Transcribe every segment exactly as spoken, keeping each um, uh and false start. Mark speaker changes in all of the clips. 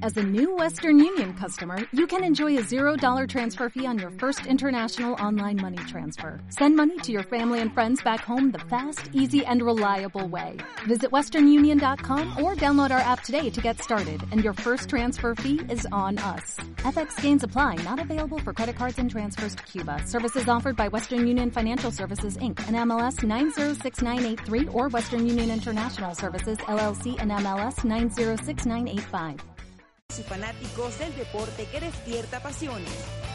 Speaker 1: As a new Western Union customer, you can enjoy a zero dollar transfer fee on your first international online money transfer. Send money to your family and friends back home the fast, easy, and reliable way. Visit western union dot com or download our app today to get started, and your first transfer fee is on us. F X gains apply, not available for credit cards and transfers to Cuba. Services offered by Western Union Financial Services, Incorporated, and M L S nine zero six nine eight three or Western Union International Services, L L C, and M L S nine zero six nine eight five.
Speaker 2: Y fanáticos del deporte que despierta pasiones.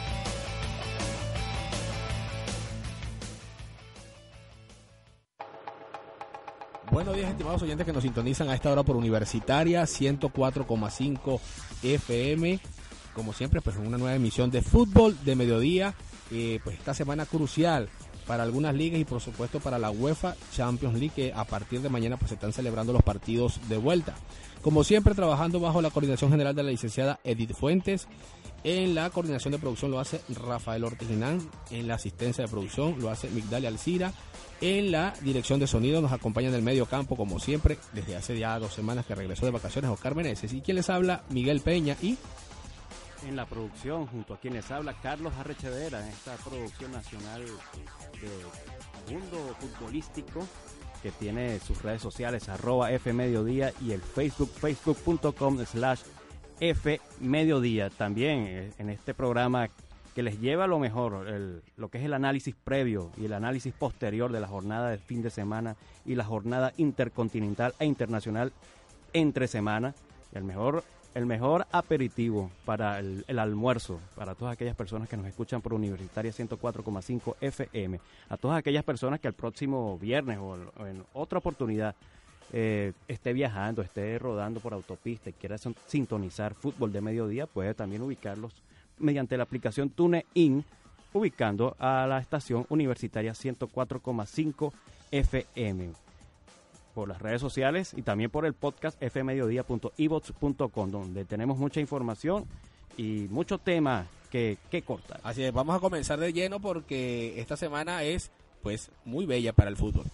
Speaker 3: Buenos días, estimados oyentes que nos sintonizan a esta hora por Universitaria ciento cuatro coma cinco F M. Como siempre, pues una nueva emisión de fútbol de mediodía. Eh, pues esta semana crucial para algunas ligas y por supuesto para la UEFA Champions League, que a partir de mañana pues se están celebrando los partidos de vuelta. Como siempre, trabajando bajo la coordinación general de la licenciada Edith Fuentes. En la coordinación de producción lo hace Rafael Ortiz Ginán. En la asistencia de producción lo hace Migdalia Alcira. En la dirección de sonido nos acompaña en el medio campo, como siempre, desde hace ya dos semanas que regresó de vacaciones, Oscar Meneses. Y quien les habla, Miguel Peña. Y
Speaker 4: en la producción, junto a quien les habla, Carlos Arrechedera, en esta producción nacional de mundo futbolístico, que tiene sus redes sociales, arroba F Mediodía, y el Facebook, facebook.com slash F Mediodía. También en este programa que les lleva lo mejor, el, lo que es el análisis previo y el análisis posterior de la jornada del fin de semana y la jornada intercontinental e internacional entre semana. El mejor, el mejor aperitivo para el, el almuerzo, para todas aquellas personas que nos escuchan por Universitaria ciento cuatro coma cinco F M. A todas aquellas personas que el próximo viernes o, o en otra oportunidad eh, esté viajando, esté rodando por autopista y quiera son, sintonizar fútbol de mediodía, puede también ubicarlos mediante la aplicación TuneIn, ubicando a la estación Universitaria ciento cuatro coma cinco F M. Por las redes sociales y también por el podcast f mediodía punto i vox punto com, donde tenemos mucha información y mucho tema que, que cortar.
Speaker 3: Así es, vamos a comenzar de lleno porque esta semana es pues muy bella para el fútbol.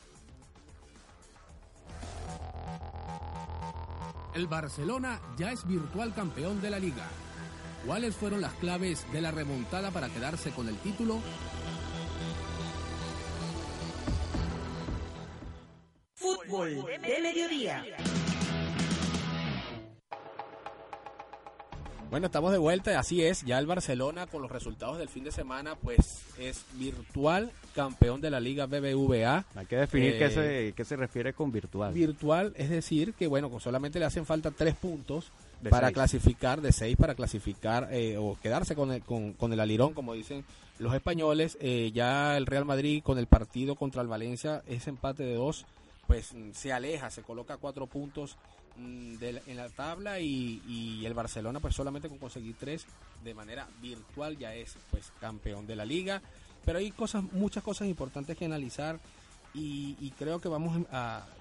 Speaker 5: El Barcelona ya es virtual campeón de la Liga. ¿Cuáles fueron las claves de la remontada para quedarse con el título?
Speaker 2: Fútbol de mediodía.
Speaker 3: Bueno, estamos de vuelta, así es, ya el Barcelona con los resultados del fin de semana pues es virtual campeón de la Liga B B V A.
Speaker 4: Hay que definir
Speaker 3: eh,
Speaker 4: qué se, qué se refiere con virtual.
Speaker 3: Virtual es decir que bueno, solamente le hacen falta tres puntos
Speaker 4: de
Speaker 3: para
Speaker 4: seis.
Speaker 3: clasificar, de seis para clasificar eh, o quedarse con el, con, con el alirón, como dicen los españoles. Eh, ya el Real Madrid con el partido contra el Valencia, ese empate de dos, pues se aleja, se coloca cuatro puntos mmm, de la, en la tabla y, y el Barcelona pues solamente con conseguir tres de manera virtual ya es pues campeón de la Liga. Pero hay cosas, muchas cosas importantes que analizar y, y creo que vamos a, a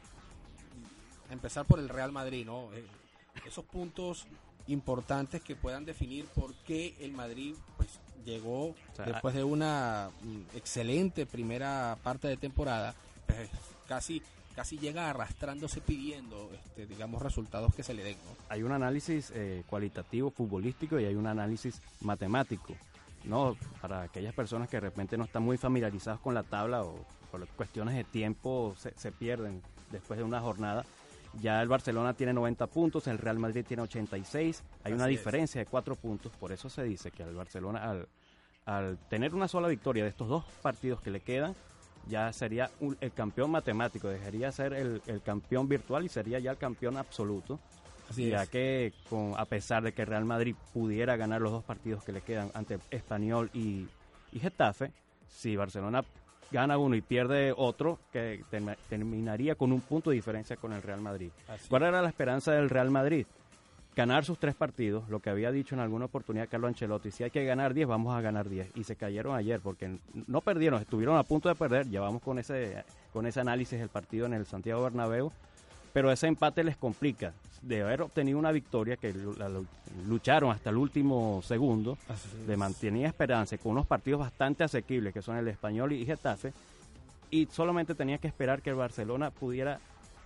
Speaker 3: empezar por el Real Madrid, ¿no? Eh, esos puntos importantes que puedan definir por qué el Madrid pues llegó o sea, después de una mm, excelente primera parte de temporada, pues, casi casi llega arrastrándose pidiendo este, digamos resultados que se le den, ¿no?
Speaker 4: Hay un análisis eh, cualitativo futbolístico y hay un análisis matemático, ¿no? Para aquellas personas que de repente no están muy familiarizadas con la tabla o por cuestiones de tiempo se, se pierden después de una jornada. Ya el Barcelona tiene noventa puntos, el Real Madrid tiene ochenta y seis, hay Así una diferencia es. de cuatro puntos, por eso se dice que el Barcelona al, al tener una sola victoria de estos dos partidos que le quedan, ya sería un, el campeón matemático, dejaría ser el, el campeón virtual y sería ya el campeón absoluto. Así ya es. que con, a pesar de que el Real Madrid pudiera ganar los dos partidos que le quedan ante Espanyol y, y Getafe, si Barcelona gana uno y pierde otro, que tem- terminaría con un punto de diferencia con el Real Madrid. Así ¿Cuál era la esperanza del Real Madrid? Ganar sus tres partidos, lo que había dicho en alguna oportunidad Carlo Ancelotti, si hay que ganar diez, vamos a ganar diez, y se cayeron ayer, porque no perdieron, estuvieron a punto de perder, llevamos con ese, con ese análisis el partido en el Santiago Bernabéu, pero ese empate les complica, de haber obtenido una victoria que la, la, lucharon hasta el último segundo, le mantenía esperanza con unos partidos bastante asequibles que son el Espanyol y Getafe, y solamente tenía que esperar que el Barcelona pudiera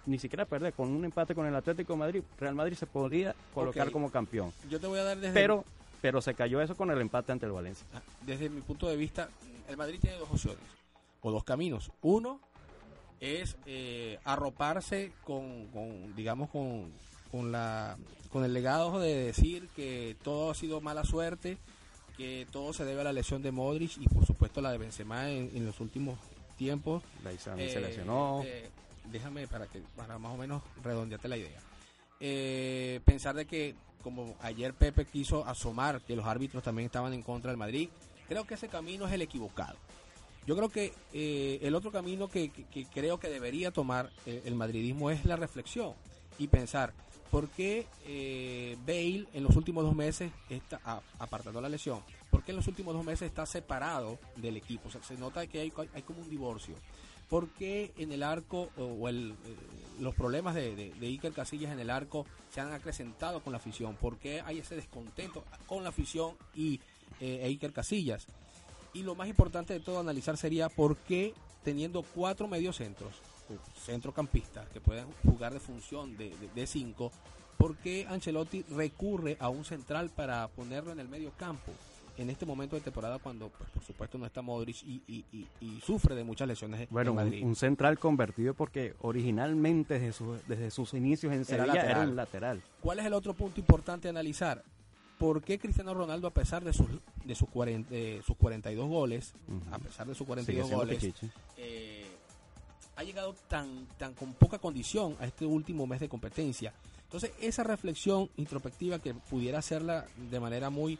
Speaker 4: ni siquiera perder, con un empate con el Atlético de Madrid, Real Madrid se podría colocar
Speaker 3: okay.
Speaker 4: como campeón.
Speaker 3: Yo te voy a dar desde...
Speaker 4: Pero, pero se cayó eso con el empate ante el Valencia.
Speaker 3: Desde mi punto de vista, el Madrid tiene dos opciones, o dos caminos. Uno es eh, arroparse con, con digamos, con, con, la, con el legado de decir que todo ha sido mala suerte, que todo se debe a la lesión de Modric y por supuesto la de Benzema en, en los últimos tiempos.
Speaker 4: Eh, se lesionó.
Speaker 3: Eh, déjame para que para más o menos redondearte la idea. Eh, pensar de que, como ayer Pepe quiso asomar que los árbitros también estaban en contra del Madrid, creo que ese camino es el equivocado. Yo creo que eh, el otro camino que, que, que creo que debería tomar eh, el madridismo es la reflexión y pensar por qué eh, Bale en los últimos dos meses está, a, apartando la lesión, por qué en los últimos dos meses está separado del equipo. O sea, se nota que hay, hay como un divorcio. ¿Por qué en el arco o, o el, eh, los problemas de, de, de Iker Casillas en el arco se han acrecentado con la afición? ¿Por qué hay ese descontento con la afición y eh, e Iker Casillas? Y lo más importante de todo analizar sería por qué, teniendo cuatro mediocentros, centrocampistas que pueden jugar de función de, de, de cinco, por qué Ancelotti recurre a un central para ponerlo en el medio campo en este momento de temporada cuando, pues, por supuesto, no está Modric y, y, y, y sufre de muchas lesiones
Speaker 4: bueno,
Speaker 3: en Madrid?
Speaker 4: Un, un central convertido porque originalmente desde, su, desde sus inicios en Sevilla era, era un lateral.
Speaker 3: ¿Cuál es el otro punto importante a analizar? ¿Por qué Cristiano Ronaldo, a pesar de sus de sus, cuarenta, de sus cuarenta y dos goles, uh-huh. a pesar de sus cuarenta y dos goles, eh, ha llegado tan, tan con poca condición a este último mes de competencia? Entonces, esa reflexión introspectiva que pudiera hacerla de manera muy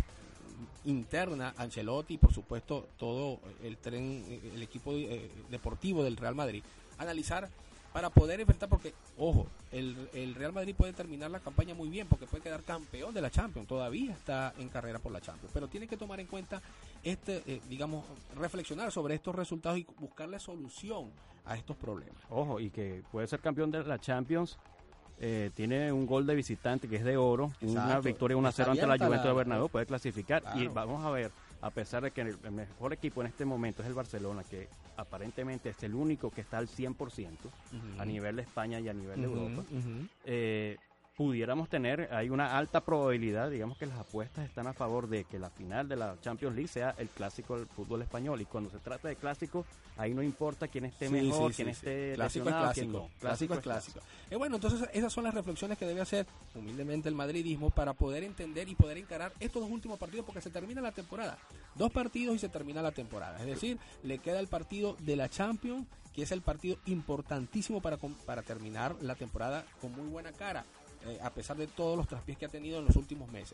Speaker 3: interna Ancelotti y por supuesto todo el tren, el equipo eh, deportivo del Real Madrid, analizar para poder enfrentar, porque ojo, el, el Real Madrid puede terminar la campaña muy bien porque puede quedar campeón de la Champions, todavía está en carrera por la Champions, pero tiene que tomar en cuenta este, eh, digamos, reflexionar sobre estos resultados y buscarle solución a estos problemas.
Speaker 4: Ojo, y que puede ser campeón de la Champions. Eh, tiene un gol de visitante que es de oro. Exacto. Una victoria uno a cero ante la Juventus de Bernabéu, puede clasificar. Claro. Y vamos a ver, a pesar de que el, el mejor equipo en este momento es el Barcelona, que aparentemente es el único que está al cien por ciento uh-huh. a nivel de España y a nivel uh-huh, de Europa, uh-huh. eh, pudiéramos tener, hay una alta probabilidad, digamos que las apuestas están a favor de que la final de la Champions League sea el clásico del fútbol español, y cuando se trata de clásico, ahí no importa quién esté sí, mejor, sí, quién sí, esté
Speaker 3: sí. Clásico es clásico, no.
Speaker 4: clásico,
Speaker 3: clásico es clásico. Eh, bueno, entonces esas son las reflexiones que debe hacer humildemente el madridismo para poder entender y poder encarar estos dos últimos partidos, porque se termina la temporada, dos partidos y se termina la temporada, es decir, le queda el partido de la Champions, que es el partido importantísimo para, para terminar la temporada con muy buena cara. Eh, a pesar de todos los traspiés que ha tenido en los últimos meses.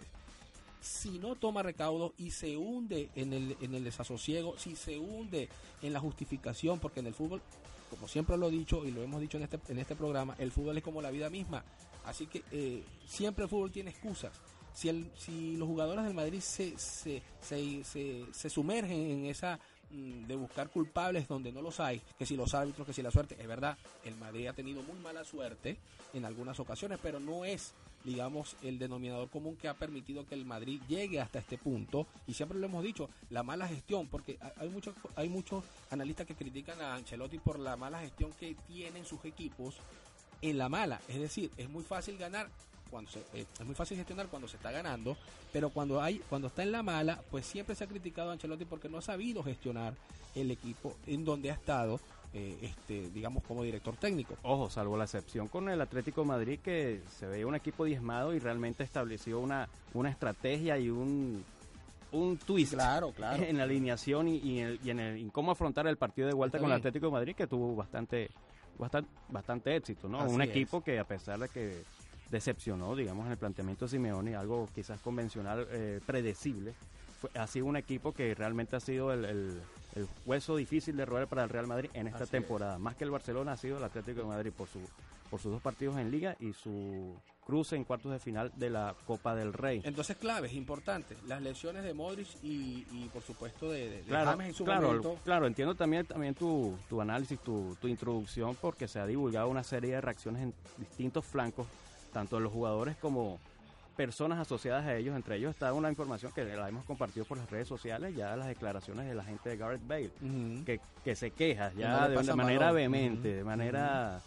Speaker 3: Si no toma recaudo y se hunde en el, en el desasosiego, si se hunde en la justificación, porque en el fútbol, como siempre lo he dicho y lo hemos dicho en este, en este programa, el fútbol es como la vida misma, así que eh, siempre el fútbol tiene excusas. Si, el, si los jugadores del Madrid se, se, se, se, se sumergen en esa de buscar culpables donde no los hay, que si los árbitros, que si la suerte, es verdad, el Madrid ha tenido muy mala suerte en algunas ocasiones, pero no es, digamos, el denominador común que ha permitido que el Madrid llegue hasta este punto, y siempre lo hemos dicho, la mala gestión, porque hay muchos hay muchos analistas que critican a Ancelotti por la mala gestión que tienen sus equipos en la mala, es decir, es muy fácil ganar cuando se, eh, es muy fácil gestionar cuando se está ganando, pero cuando hay cuando está en la mala, pues siempre se ha criticado a Ancelotti porque no ha sabido gestionar el equipo en donde ha estado, eh, este digamos, como director técnico.
Speaker 4: Ojo, salvo la excepción con el Atlético de Madrid, que se veía un equipo diezmado y realmente estableció una, una estrategia y un un twist
Speaker 3: claro, claro.
Speaker 4: en la alineación y, y, en el, y en, el, en cómo afrontar el partido de vuelta está con bien. El Atlético de Madrid, que tuvo bastante bastante, bastante éxito, ¿no? Así un equipo es. Que a pesar de que decepcionó, digamos, en el planteamiento de Simeone, algo quizás convencional, eh, predecible, fue, ha sido un equipo que realmente ha sido el, el, el hueso difícil de roer para el Real Madrid en esta Así temporada. Es. Más que el Barcelona ha sido el Atlético de Madrid por su por sus dos partidos en Liga y su cruce en cuartos de final de la Copa del Rey.
Speaker 3: Entonces, claves importantes, las lesiones de Modric y, y por supuesto de, de,
Speaker 4: claro,
Speaker 3: de James en su
Speaker 4: claro,
Speaker 3: momento.
Speaker 4: Claro, entiendo también, también tu, tu análisis, tu, tu introducción, porque se ha divulgado una serie de reacciones en distintos flancos, tanto de los jugadores como personas asociadas a ellos. Entre ellos está una información que la hemos compartido por las redes sociales, ya las declaraciones de la gente de Gareth Bale, uh-huh. que, que se queja ya no de, de manera vehemente, uh-huh. de manera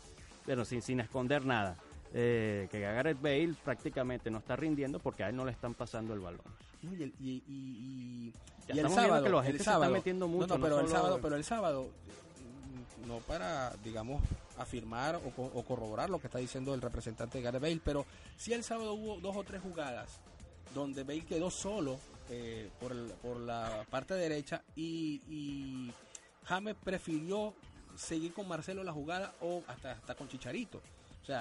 Speaker 4: pero sin, sin esconder nada, eh, que Gareth Bale prácticamente no está rindiendo porque a él no le están pasando el balón.
Speaker 3: Y, el, y, y, y,
Speaker 4: ya
Speaker 3: y el
Speaker 4: estamos
Speaker 3: sábado,
Speaker 4: viendo que la gente
Speaker 3: el
Speaker 4: se
Speaker 3: sábado,
Speaker 4: está metiendo mucho.
Speaker 3: No, no, pero,
Speaker 4: no
Speaker 3: el
Speaker 4: solo...
Speaker 3: sábado, pero el sábado, no para, digamos, afirmar o, o corroborar lo que está diciendo el representante de Gareth Bale, pero sí el sábado hubo dos o tres jugadas donde Bale quedó solo eh, por, el, por la parte derecha y, y James prefirió seguir con Marcelo la jugada o hasta, hasta con Chicharito. O sea,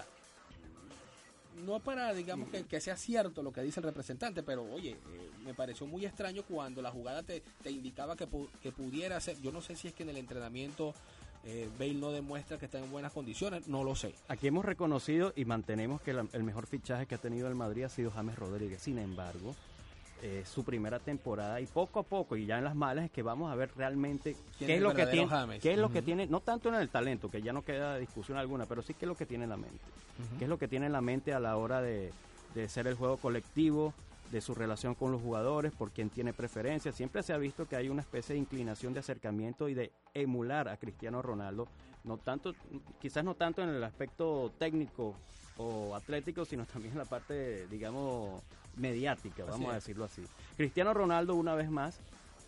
Speaker 3: no para, digamos, que, que sea cierto lo que dice el representante, pero oye, eh, me pareció muy extraño cuando la jugada te, te indicaba que, pu- que pudiera ser. Yo no sé si es que en el entrenamiento eh, Bale no demuestra que está en buenas condiciones, no lo sé.
Speaker 4: Aquí hemos reconocido y mantenemos que la, el mejor fichaje que ha tenido el Madrid ha sido James Rodríguez. Sin embargo, eh, su primera temporada y poco a poco, y ya en las malas, es que vamos a ver realmente qué es lo que tiene,
Speaker 3: James?
Speaker 4: qué es lo
Speaker 3: Uh-huh.
Speaker 4: que tiene, no tanto en el talento, que ya no queda discusión alguna, pero sí qué es lo que tiene en la mente. Uh-huh. Qué es lo que tiene en la mente a la hora de, de hacer el juego colectivo, de su relación con los jugadores, por quién tiene preferencia. Siempre se ha visto que hay una especie de inclinación de acercamiento y de emular a Cristiano Ronaldo, no tanto, quizás no tanto en el aspecto técnico o atlético, sino también en la parte, digamos, mediática, vamos así a decirlo así. Cristiano Ronaldo, una vez más,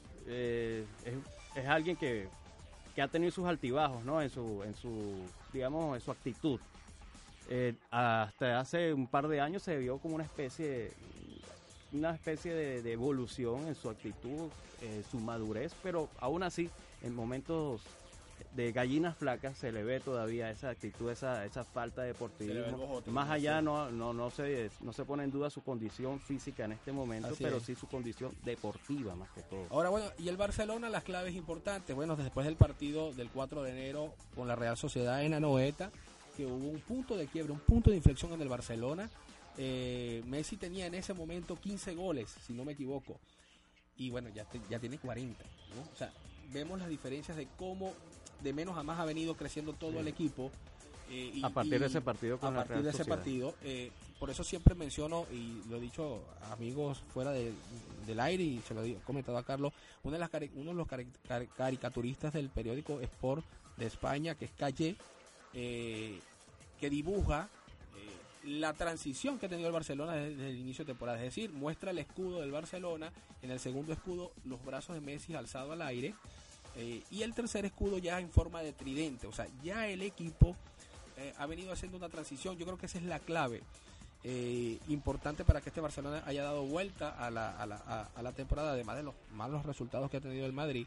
Speaker 4: eh, es, es alguien que, que ha tenido sus altibajos, ¿no? En su, en su, digamos, en su actitud. Eh, hasta hace un par de años se vio como una especie, una especie de, de evolución en su actitud, eh, su madurez, pero aún así, en momentos de gallinas flacas se le ve todavía esa actitud, esa esa falta de deportivismo. Bojote, más allá no no no se no se pone en duda su condición física en este momento, así pero es. Sí su condición deportiva más que todo.
Speaker 3: Ahora bueno, y el Barcelona, las claves importantes, bueno, después del partido del cuatro de enero con la Real Sociedad en Anoeta, que hubo un punto de quiebre, un punto de inflexión en el Barcelona. Eh, Messi tenía en ese momento quince goles, si no me equivoco, y bueno, ya, te, ya tiene cuarenta, ¿no? O sea, vemos las diferencias de cómo de menos a más ha venido creciendo todo sí. el equipo. Eh, y,
Speaker 4: a partir y, de ese partido con
Speaker 3: a
Speaker 4: la
Speaker 3: partir
Speaker 4: Real
Speaker 3: de ese
Speaker 4: Sociedad.
Speaker 3: partido, eh, por eso siempre menciono, y lo he dicho a amigos fuera de, del aire, y se lo he comentado a Carlos, uno de, las cari- uno de los cari- cari- caricaturistas del periódico Sport de España, que es Calle, eh, que dibuja eh, la transición que ha tenido el Barcelona desde, desde el inicio de temporada, es decir, muestra el escudo del Barcelona, en el segundo escudo los brazos de Messi alzados al aire, eh, y el tercer escudo ya en forma de tridente. O sea, ya el equipo eh, ha venido haciendo una transición. Yo creo que esa es la clave eh, importante para que este Barcelona haya dado vuelta a la, a la, a, a la temporada, además de los malos resultados que ha tenido el Madrid,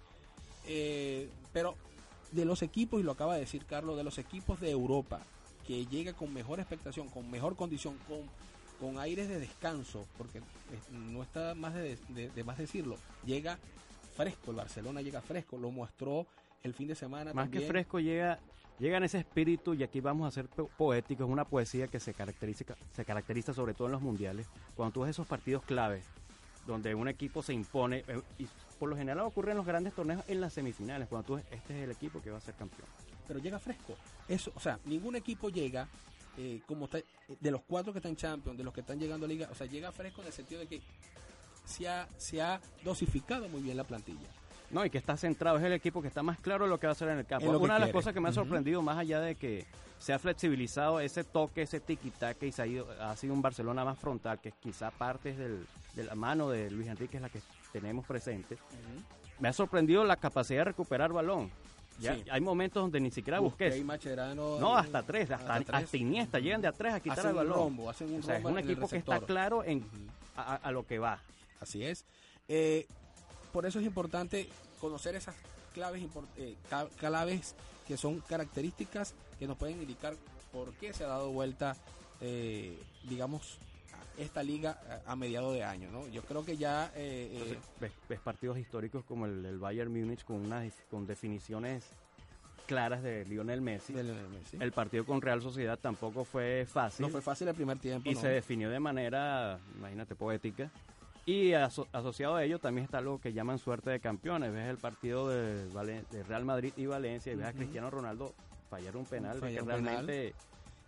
Speaker 3: eh, pero de los equipos, y lo acaba de decir Carlos, de los equipos de Europa que llega con mejor expectación, con mejor condición, con, con aires de descanso, porque no está más de, de, de más decirlo, llega fresco, el Barcelona llega fresco, lo mostró el fin de semana.
Speaker 4: Más
Speaker 3: también.
Speaker 4: que fresco, llega llega en ese espíritu, y aquí vamos a ser po- poéticos, es una poesía que se caracteriza, se caracteriza sobre todo en los mundiales, cuando tú ves esos partidos claves, donde un equipo se impone, eh, y por lo general ocurre en los grandes torneos en las semifinales, cuando tú ves, este es el equipo que va a ser campeón.
Speaker 3: Pero llega fresco. Eso, o sea, ningún equipo llega eh, como está, de los cuatro que están en Champions, de los que están llegando a Liga, o sea, llega fresco en el sentido de que se ha, se ha dosificado muy bien la plantilla.
Speaker 4: No, y que está centrado, es el equipo que está más claro de lo que va a hacer en el campo.
Speaker 3: Una
Speaker 4: de las
Speaker 3: quiere.
Speaker 4: cosas que me ha
Speaker 3: Uh-huh.
Speaker 4: sorprendido, más allá de que se ha flexibilizado ese toque, ese tiki-taka, y se ha, ido, ha sido un Barcelona más frontal, que quizá parte del, de la mano de Luis Enrique es la que tenemos presente. Uh-huh. Me ha sorprendido la capacidad de recuperar balón. Ya, sí. Hay momentos donde ni siquiera Busquets.
Speaker 3: Mascherano,
Speaker 4: no, hasta tres, hasta, hasta, tres. hasta Iniesta, llegan de a tres a quitar el balón.
Speaker 3: Rombo, hacen un,
Speaker 4: o sea, es un equipo que está claro en, uh-huh. a, a lo que va.
Speaker 3: Así es. Eh, por eso es importante conocer esas claves, eh, claves que son características que nos pueden indicar por qué se ha dado vuelta, eh, digamos, esta liga a, a mediados de año, ¿no? Yo creo que ya eh,
Speaker 4: Entonces, ves, ves partidos históricos como el, el Bayern Múnich con unas con definiciones claras de Lionel Messi.
Speaker 3: De Lionel Messi.
Speaker 4: El partido con Real Sociedad tampoco fue fácil.
Speaker 3: No fue fácil el primer tiempo.
Speaker 4: Y
Speaker 3: no.
Speaker 4: se definió de manera, imagínate, poética. Y aso- asociado a ello también está lo que llaman suerte de campeones. Ves el partido de, Valen- de Real Madrid y Valencia, y ves uh-huh. a Cristiano Ronaldo fallar un penal,
Speaker 3: fallar
Speaker 4: que
Speaker 3: un
Speaker 4: realmente
Speaker 3: penal.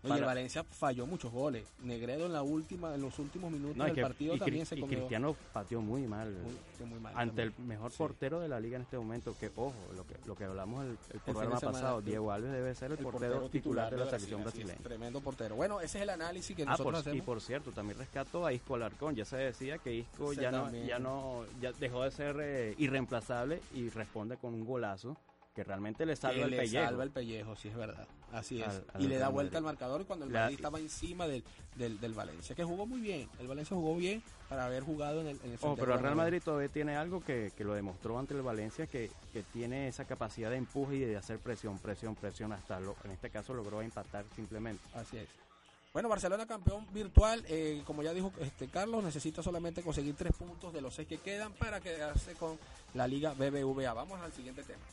Speaker 3: Oye,
Speaker 4: para...
Speaker 3: el Valencia falló muchos goles. Negredo en la última, en los últimos minutos
Speaker 4: no,
Speaker 3: del
Speaker 4: que,
Speaker 3: partido
Speaker 4: y,
Speaker 3: también
Speaker 4: y,
Speaker 3: se
Speaker 4: y
Speaker 3: comió.
Speaker 4: Cristiano pateó muy mal,
Speaker 3: Muy, muy mal
Speaker 4: ante
Speaker 3: también.
Speaker 4: el mejor
Speaker 3: Sí.
Speaker 4: portero de la liga en este momento, que ojo, lo que lo que hablamos el, el
Speaker 3: fin
Speaker 4: programa
Speaker 3: de semana,
Speaker 4: pasado,
Speaker 3: el-
Speaker 4: Diego Alves debe ser el,
Speaker 3: El
Speaker 4: portero, titular de la selección
Speaker 3: Brasil, así es,
Speaker 4: brasileña.
Speaker 3: tremendo portero. Bueno, ese es el análisis que
Speaker 4: Ah,
Speaker 3: nosotros
Speaker 4: por, y
Speaker 3: hacemos.
Speaker 4: por cierto, también rescato a Isco Alarcón. Ya se decía que Isco
Speaker 3: Ese
Speaker 4: ya no,
Speaker 3: también.
Speaker 4: ya no, ya dejó de ser eh, irreemplazable y responde con un golazo que realmente le salva
Speaker 3: que
Speaker 4: el
Speaker 3: le
Speaker 4: pellejo.
Speaker 3: salva el pellejo, sí es verdad. Así es.
Speaker 4: Al- al
Speaker 3: y le da
Speaker 4: Real
Speaker 3: vuelta
Speaker 4: Madrid.
Speaker 3: al marcador y cuando el
Speaker 4: Le da-
Speaker 3: Madrid estaba encima del, del, del Valencia, que jugó muy bien. El Valencia jugó bien para haber jugado en el, en el
Speaker 4: Ojo,
Speaker 3: Santiago
Speaker 4: pero el Real
Speaker 3: Bernabéu.
Speaker 4: Madrid todavía tiene algo que, que lo demostró ante el Valencia, que, que tiene esa capacidad de empuje y de hacer presión, presión, presión, hasta lo, en este caso logró empatar simplemente.
Speaker 3: Así es. Bueno, Barcelona campeón virtual, eh, como ya dijo este Carlos, necesita solamente conseguir tres puntos de los seis que quedan para quedarse con la Liga B B V A. Vamos al siguiente tema.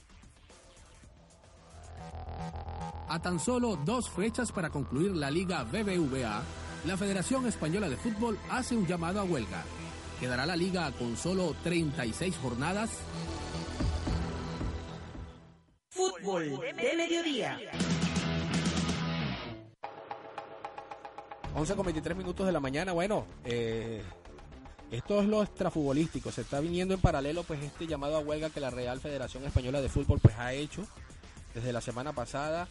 Speaker 5: A tan solo dos fechas para concluir la Liga B B V A, la Federación Española de Fútbol hace un llamado a huelga. ¿Quedará la liga con solo treinta y seis jornadas?
Speaker 2: Fútbol de mediodía.
Speaker 3: once con veintitrés minutos de la mañana. Bueno, eh, esto es lo extrafutbolístico. Se está viniendo en paralelo pues este llamado a huelga que la Real Federación Española de Fútbol pues ha hecho desde la semana pasada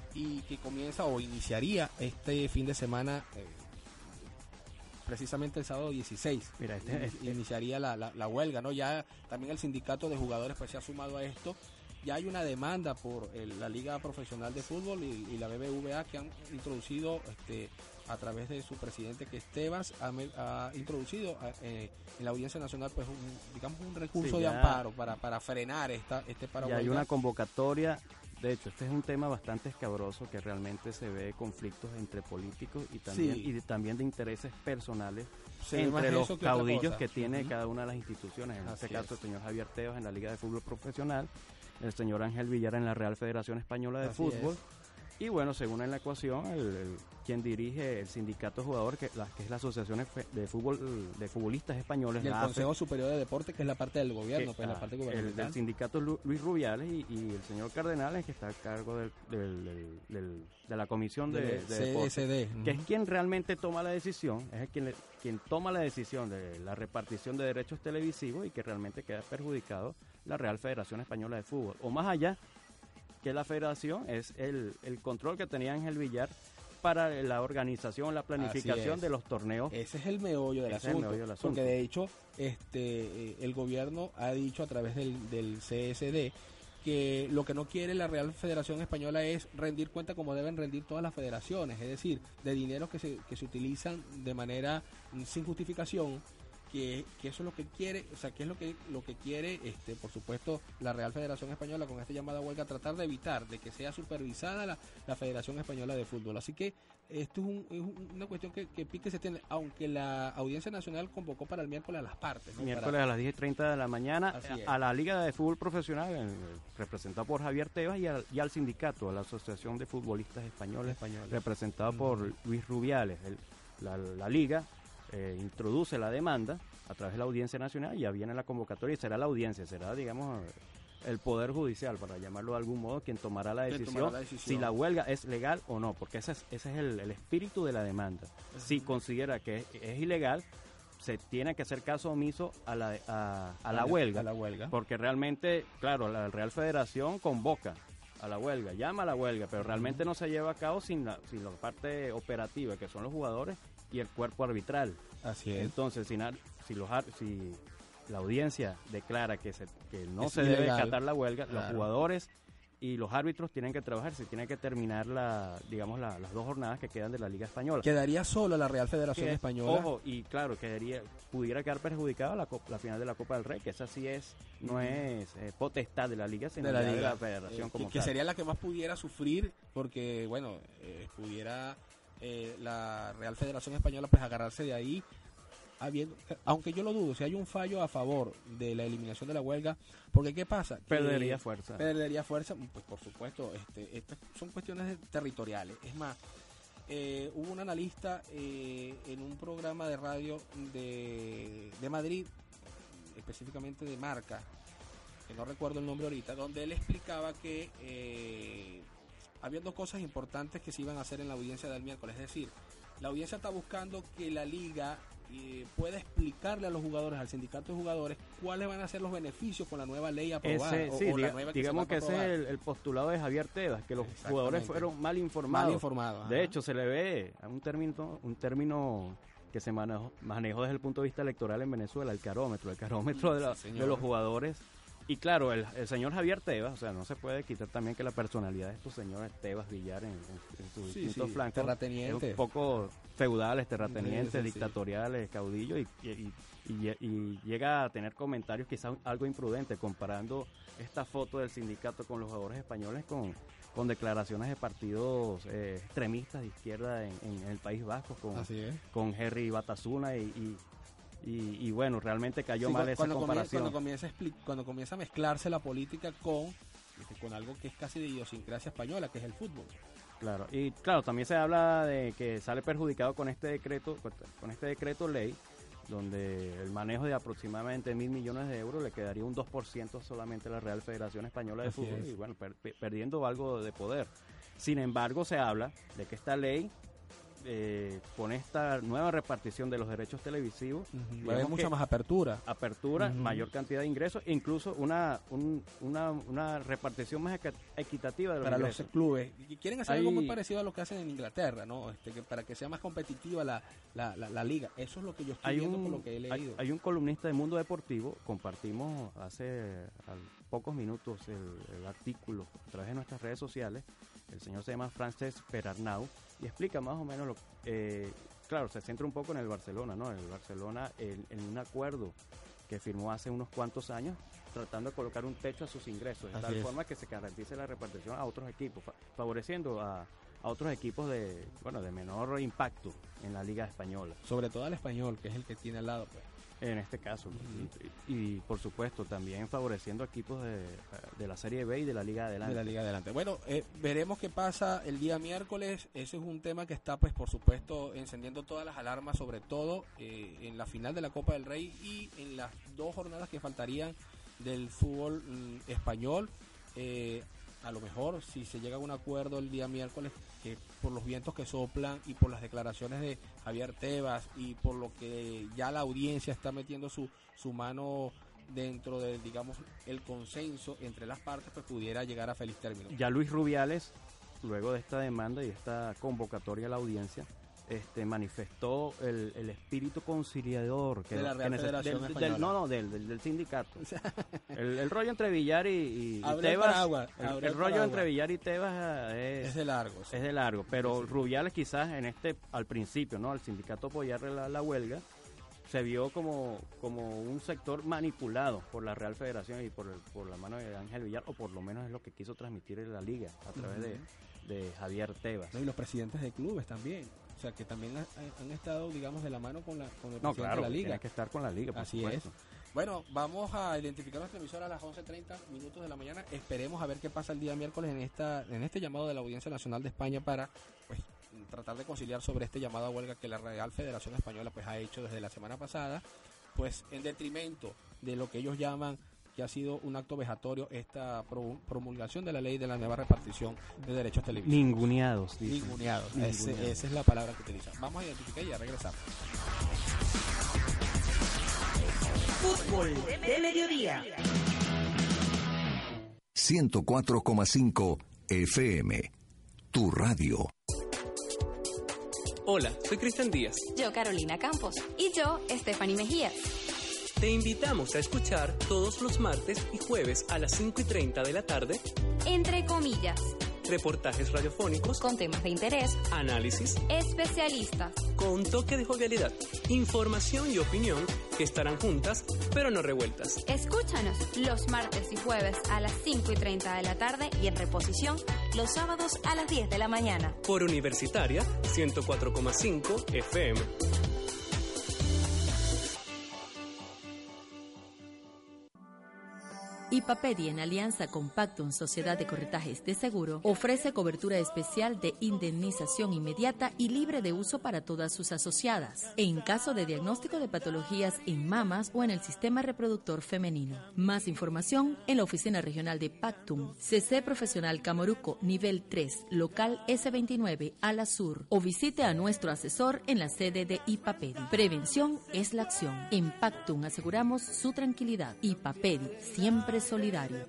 Speaker 3: y que comienza o iniciaría este fin de semana, eh, precisamente el sábado dieciséis.
Speaker 4: Mira, este,
Speaker 3: In-
Speaker 4: este-
Speaker 3: iniciaría la, la, la huelga, ¿no? Ya también el sindicato de jugadores pues se ha sumado a esto. Ya hay una demanda por el- la Liga Profesional de Fútbol y, y la B B V A que han introducido este a través de su presidente, que es Tebas, ha, me- ha introducido a- eh, en la Audiencia Nacional pues un, digamos un recurso
Speaker 4: Sí,
Speaker 3: de
Speaker 4: ya-
Speaker 3: amparo para, para frenar esta este paro
Speaker 4: y hay
Speaker 3: huelga.
Speaker 4: una convocatoria. De hecho, este es un tema bastante escabroso, que realmente se ve conflictos entre políticos y también,
Speaker 3: Sí.
Speaker 4: y de- también de intereses personales
Speaker 3: Se ve más
Speaker 4: entre los
Speaker 3: eso que otra
Speaker 4: caudillos
Speaker 3: cosa.
Speaker 4: que tiene
Speaker 3: Ujú.
Speaker 4: cada una de las instituciones. En
Speaker 3: Así
Speaker 4: este caso,
Speaker 3: es.
Speaker 4: el señor Javier Tebas en la Liga de Fútbol Profesional, el señor Ángel Villar en la Real Federación Española de
Speaker 3: Así
Speaker 4: Fútbol.
Speaker 3: es.
Speaker 4: Y bueno, según en la ecuación, el, el- quien dirige el sindicato jugador, que, la, que es la Asociación de Fútbol de Futbolistas Españoles,
Speaker 3: Y el
Speaker 4: la A F E,
Speaker 3: Consejo Superior de Deporte, que es la parte del gobierno,
Speaker 4: que-
Speaker 3: pues la
Speaker 4: ah,
Speaker 3: parte
Speaker 4: el
Speaker 3: gubernamental.
Speaker 4: del sindicato Lu- Luis Rubiales y, y el señor Cardenales, que está a cargo del, del- del- del- de la comisión de,
Speaker 3: Del
Speaker 4: de
Speaker 3: C
Speaker 4: deportes,
Speaker 3: S D.
Speaker 4: que
Speaker 3: Ujú.
Speaker 4: es quien realmente toma la decisión, es el quien, le- quien toma la decisión de la repartición de derechos televisivos y que realmente queda perjudicado la Real Federación Española de Fútbol. O más allá que la federación, es el, el control que tenía Ángel Villar para la organización, la planificación
Speaker 3: es.
Speaker 4: de los torneos.
Speaker 3: Ese es el meollo del,
Speaker 4: Ese es el
Speaker 3: asunto,
Speaker 4: meollo del asunto.
Speaker 3: porque de hecho este eh, el gobierno ha dicho a través del, del C S D que lo que no quiere la Real Federación Española es rendir cuenta como deben rendir todas las federaciones, es decir, de dineros que se, que se utilizan de manera mm, sin justificación, que, que eso es lo que quiere, o sea, que es lo que lo que quiere, este, por supuesto, la Real Federación Española con esta llamada huelga, tratar de evitar de que sea supervisada la, la Federación Española de Fútbol. Así que esto es, un- es un- una cuestión que, que pique se tiene, aunque la Audiencia Nacional convocó para el miércoles a las partes, ¿no?
Speaker 4: Miércoles
Speaker 3: Para-
Speaker 4: a las diez y treinta de la mañana
Speaker 3: Así es.
Speaker 4: a, a la Liga de Fútbol Profesional, eh, representado por Javier Tebas, y al, y al sindicato, a la Asociación de Futbolistas Españoles,
Speaker 3: Españoles.
Speaker 4: representado por
Speaker 3: Ujú.
Speaker 4: Luis Rubiales. El- la, la Liga eh, introduce la demanda a través de la Audiencia Nacional y ya viene la convocatoria y será la audiencia, será, digamos, el Poder Judicial, para llamarlo de algún modo, quien tomará la
Speaker 3: Quien
Speaker 4: decisión,
Speaker 3: tomará la decisión.
Speaker 4: si la huelga es legal o no, porque ese es, ese es el, el espíritu de la demanda. Si considera que es, es ilegal, se tiene que hacer caso omiso a la, a, a la huelga,
Speaker 3: a la huelga.
Speaker 4: porque realmente, claro, la Real Federación convoca a la huelga, llama a la huelga, pero realmente no se lleva a cabo sin la, sin la parte operativa, que son los jugadores y el cuerpo arbitral.
Speaker 3: Así es.
Speaker 4: Entonces, si, na- si, los, ar- si la audiencia declara que, se, que no
Speaker 3: Es
Speaker 4: se debe
Speaker 3: ilegal.
Speaker 4: acatar la huelga, los
Speaker 3: Claro.
Speaker 4: jugadores y los árbitros tienen que trabajar, se tienen que terminar la, digamos, la- las dos jornadas que quedan de la Liga Española.
Speaker 3: Quedaría solo la Real Federación
Speaker 4: Que,
Speaker 3: Española.
Speaker 4: Ojo, y claro, quedaría, pudiera quedar perjudicada la, co- la final de la Copa del Rey, que esa sí es, no es eh, potestad de la Liga, sino
Speaker 3: de la
Speaker 4: ya
Speaker 3: Liga,
Speaker 4: de la Federación
Speaker 3: eh,
Speaker 4: como
Speaker 3: que, que
Speaker 4: tal.
Speaker 3: sería la que más pudiera sufrir, porque bueno, eh, pudiera eh, la Real Federación Española pues agarrarse de ahí, habiendo, aunque yo lo dudo, si hay un fallo a favor de la eliminación de la huelga, porque ¿qué pasa? Que
Speaker 4: Perdería fuerza.
Speaker 3: Perdería fuerza, pues por supuesto, este, estas son cuestiones territoriales. Es más, eh, hubo un analista eh, en un programa de radio de, de Madrid, específicamente de Marca, que no recuerdo el nombre ahorita, donde él explicaba que eh, había dos cosas importantes que se iban a hacer en la audiencia del miércoles. Es decir, la audiencia está buscando que la liga eh, pueda explicarle a los jugadores, al sindicato de jugadores, cuáles van a ser los beneficios con la nueva ley aprobada.
Speaker 4: Ese,
Speaker 3: o,
Speaker 4: sí,
Speaker 3: o la
Speaker 4: diga,
Speaker 3: nueva que
Speaker 4: digamos
Speaker 3: se va a
Speaker 4: que ese es
Speaker 3: aprobar.
Speaker 4: el, el postulado de Javier Tebas, que los jugadores fueron mal informados.
Speaker 3: Mal informados.
Speaker 4: De
Speaker 3: ajá.
Speaker 4: hecho, se le ve a un término, un término que se manejó, manejó desde el punto de vista electoral en Venezuela, el carómetro, el carómetro de, la,
Speaker 3: Sí,
Speaker 4: de los jugadores. Y claro, el, el señor Javier Tebas, o sea, no se puede quitar también que la personalidad de estos señores Tebas, Villar, en, en, en sus
Speaker 3: Sí,
Speaker 4: distintos
Speaker 3: sí,
Speaker 4: flancos,
Speaker 3: terratenientes.
Speaker 4: es un poco feudales, terratenientes,
Speaker 3: Sí, sí, sí.
Speaker 4: dictatoriales, caudillos, y, y, y, y llega a tener comentarios quizás algo imprudentes, comparando esta foto del sindicato con los jugadores españoles con, con declaraciones de partidos eh, extremistas de izquierda en, en, en el País Vasco, con,
Speaker 3: Así es.
Speaker 4: con Henry Batasuna y... y Y, y bueno, realmente cayó
Speaker 3: Sí,
Speaker 4: mal
Speaker 3: cu-
Speaker 4: esa
Speaker 3: cuando
Speaker 4: comparación.
Speaker 3: Comienza, cuando, comienza a expli- cuando comienza a mezclarse la política con, este, con algo que es casi de idiosincrasia española, que es el fútbol.
Speaker 4: Claro, y claro, también se habla de que sale perjudicado con este decreto, con este decreto ley, donde el manejo de aproximadamente mil millones de euros le quedaría un dos por ciento solamente a la Real Federación Española de
Speaker 3: Así
Speaker 4: Fútbol,
Speaker 3: es.
Speaker 4: y bueno, per- per- perdiendo algo de poder. Sin embargo, se habla de que esta ley, eh, con esta nueva repartición de los derechos televisivos,
Speaker 3: Va a haber
Speaker 4: digamos
Speaker 3: mucha
Speaker 4: que
Speaker 3: más apertura.
Speaker 4: apertura,
Speaker 3: Ujú.
Speaker 4: mayor cantidad de ingresos, e incluso una, un- una, una repartición más eca- equitativa de los
Speaker 3: Para los
Speaker 4: ingresos.
Speaker 3: clubes. Y quieren hacer
Speaker 4: Hay-
Speaker 3: algo muy parecido a lo que hacen en Inglaterra, ¿no? Este, que para que sea más competitiva la, la, la, la liga. Eso es lo que yo estoy
Speaker 4: Hay
Speaker 3: viendo
Speaker 4: un,
Speaker 3: por lo que he
Speaker 4: hay,
Speaker 3: leído.
Speaker 4: hay un columnista de Mundo Deportivo, compartimos hace al- pocos minutos el, el artículo a través de nuestras redes sociales. El señor se llama Francesc Perarnau y explica más o menos lo eh, claro, se centra un poco en el Barcelona, ¿no? El Barcelona en, en un acuerdo que firmó hace unos cuantos años, tratando de colocar un techo a sus ingresos, de
Speaker 3: Así
Speaker 4: tal
Speaker 3: es.
Speaker 4: forma que se garantice la repartición a otros equipos, fa- favoreciendo a, a otros equipos de, bueno, de menor impacto en la Liga Española.
Speaker 3: Sobre todo al español, que es el que tiene al lado, pues.
Speaker 4: En este caso,
Speaker 3: Ujú.
Speaker 4: y, y, por supuesto también favoreciendo equipos de, de la Serie B y de la Liga Adelante.
Speaker 3: De la Liga Adelante. Bueno, eh, veremos qué pasa el día miércoles. Ese es un tema que está, pues, por supuesto, encendiendo todas las alarmas, sobre todo eh, en la final de la Copa del Rey y en las dos jornadas que faltarían del fútbol mm, español. Eh, a lo mejor, si se llega a un acuerdo el día miércoles, que por los vientos que soplan y por las declaraciones de Javier Tebas y por lo que ya la audiencia está metiendo su, su mano dentro de, digamos, el consenso entre las partes, pues pudiera llegar a feliz término.
Speaker 4: Ya Luis Rubiales, luego de esta demanda y esta convocatoria a la audiencia, este manifestó el, el espíritu conciliador que
Speaker 3: De la
Speaker 4: que
Speaker 3: Real
Speaker 4: neces-
Speaker 3: Federación
Speaker 4: del-
Speaker 3: Española.
Speaker 4: del- no, no, del, del, del sindicato. el, el rollo entre Villar y, y- y
Speaker 3: Abre el
Speaker 4: Tebas,
Speaker 3: paraguas,
Speaker 4: el,
Speaker 3: abre
Speaker 4: el
Speaker 3: el
Speaker 4: rollo
Speaker 3: paraguas.
Speaker 4: entre Villar y Tebas es,
Speaker 3: Es de largo. sí.
Speaker 4: es de largo, pero Rubiales quizás en este, al principio, ¿no? Al sindicato apoyarle la, la huelga, se vio como, como un sector manipulado por la Real Federación y por, el, por la mano de Ángel Villar, o por lo menos es lo que quiso transmitir en la liga a través
Speaker 3: Ujú.
Speaker 4: de, de Javier Tebas.
Speaker 3: No, y los presidentes de clubes también. O sea, que también ha- ha- han estado, digamos, de la mano con, la, con el
Speaker 4: No,
Speaker 3: presidente
Speaker 4: claro,
Speaker 3: de la liga.
Speaker 4: tiene que estar con la liga, por
Speaker 3: Así
Speaker 4: supuesto.
Speaker 3: es. Bueno, vamos a identificar nuestra emisora a las once treinta minutos de la mañana. Esperemos a ver qué pasa el día miércoles en esta en este llamado de la Audiencia Nacional de España para, pues, tratar de conciliar sobre este llamado a huelga que la Real Federación Española, pues, ha hecho desde la semana pasada, pues, en detrimento de lo que ellos llaman que ha sido un acto vejatorio esta pro- promulgación de la ley de la nueva repartición de derechos televisivos.
Speaker 4: Ninguneados, dicen.
Speaker 3: Ninguneados.
Speaker 4: Ninguneados.
Speaker 3: Ese- esa es la palabra que utilizan. Vamos a identificar y ya regresamos.
Speaker 2: Fútbol de mediodía.
Speaker 6: ciento cuatro coma cinco F M, tu radio.
Speaker 7: Hola, soy Cristian Díaz.
Speaker 8: Yo, Carolina Campos. Y yo, Stephanie Mejía.
Speaker 7: Te invitamos a escuchar todos los martes y jueves a las cinco y treinta de la tarde
Speaker 8: Entre comillas,
Speaker 7: reportajes radiofónicos,
Speaker 8: con temas de interés,
Speaker 7: análisis,
Speaker 8: especialistas.
Speaker 7: con un toque de jovialidad, información y opinión que estarán juntas pero no revueltas.
Speaker 8: Escúchanos los martes y jueves a las cinco y treinta de la tarde y en reposición los sábados a las diez de la mañana.
Speaker 7: Por Universitaria ciento cuatro coma cinco F M.
Speaker 9: Ipapedi, en alianza con Pactum Sociedad de Corretajes de Seguro, ofrece cobertura especial de indemnización inmediata y libre de uso para todas sus asociadas, en caso de diagnóstico de patologías en mamas o en el sistema reproductor femenino. Más información en la Oficina Regional de Pactum, C C Profesional Camoruco, nivel tres, local ese veintinueve, Ala Sur, o visite a nuestro asesor en la sede de Ipapedi. Prevención es la acción. En Pactum aseguramos su tranquilidad. Ipapedi, siempre solidario.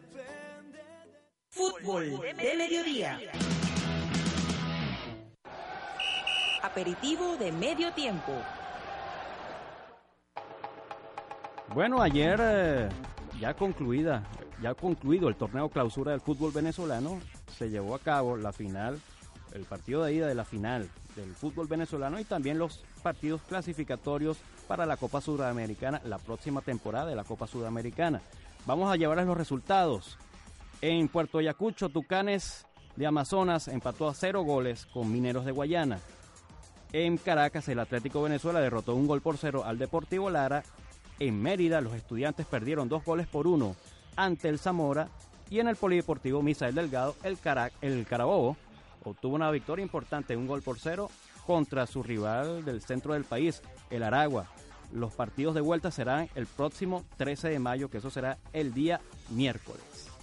Speaker 2: Fútbol de mediodía. Aperitivo de medio tiempo.
Speaker 4: Bueno, ayer eh, ya concluida, ya concluido el torneo clausura del fútbol venezolano, se llevó a cabo la final, el partido de ida de la final del fútbol venezolano y también los partidos clasificatorios para la Copa Sudamericana, la próxima temporada de la Copa Sudamericana. Vamos a llevarles los resultados. En Puerto Ayacucho, Tucanes de Amazonas empató a cero goles con Mineros de Guayana. En Caracas, el Atlético Venezuela derrotó un gol por cero al Deportivo Lara. En Mérida, los Estudiantes perdieron dos goles por uno ante el Zamora. Y en el Polideportivo Misael Delgado, el, Carac- el Carabobo obtuvo una victoria importante, un gol por cero contra su rival del centro del país, el Aragua. Los partidos de vuelta serán el próximo trece de mayo, que eso será el día miércoles.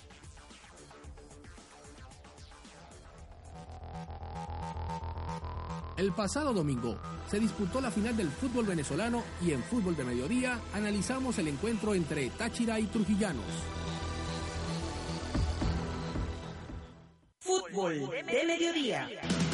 Speaker 5: El pasado domingo se disputó la final del fútbol venezolano y en Fútbol de Mediodía analizamos el encuentro entre Táchira y Trujillanos.
Speaker 2: Fútbol de mediodía.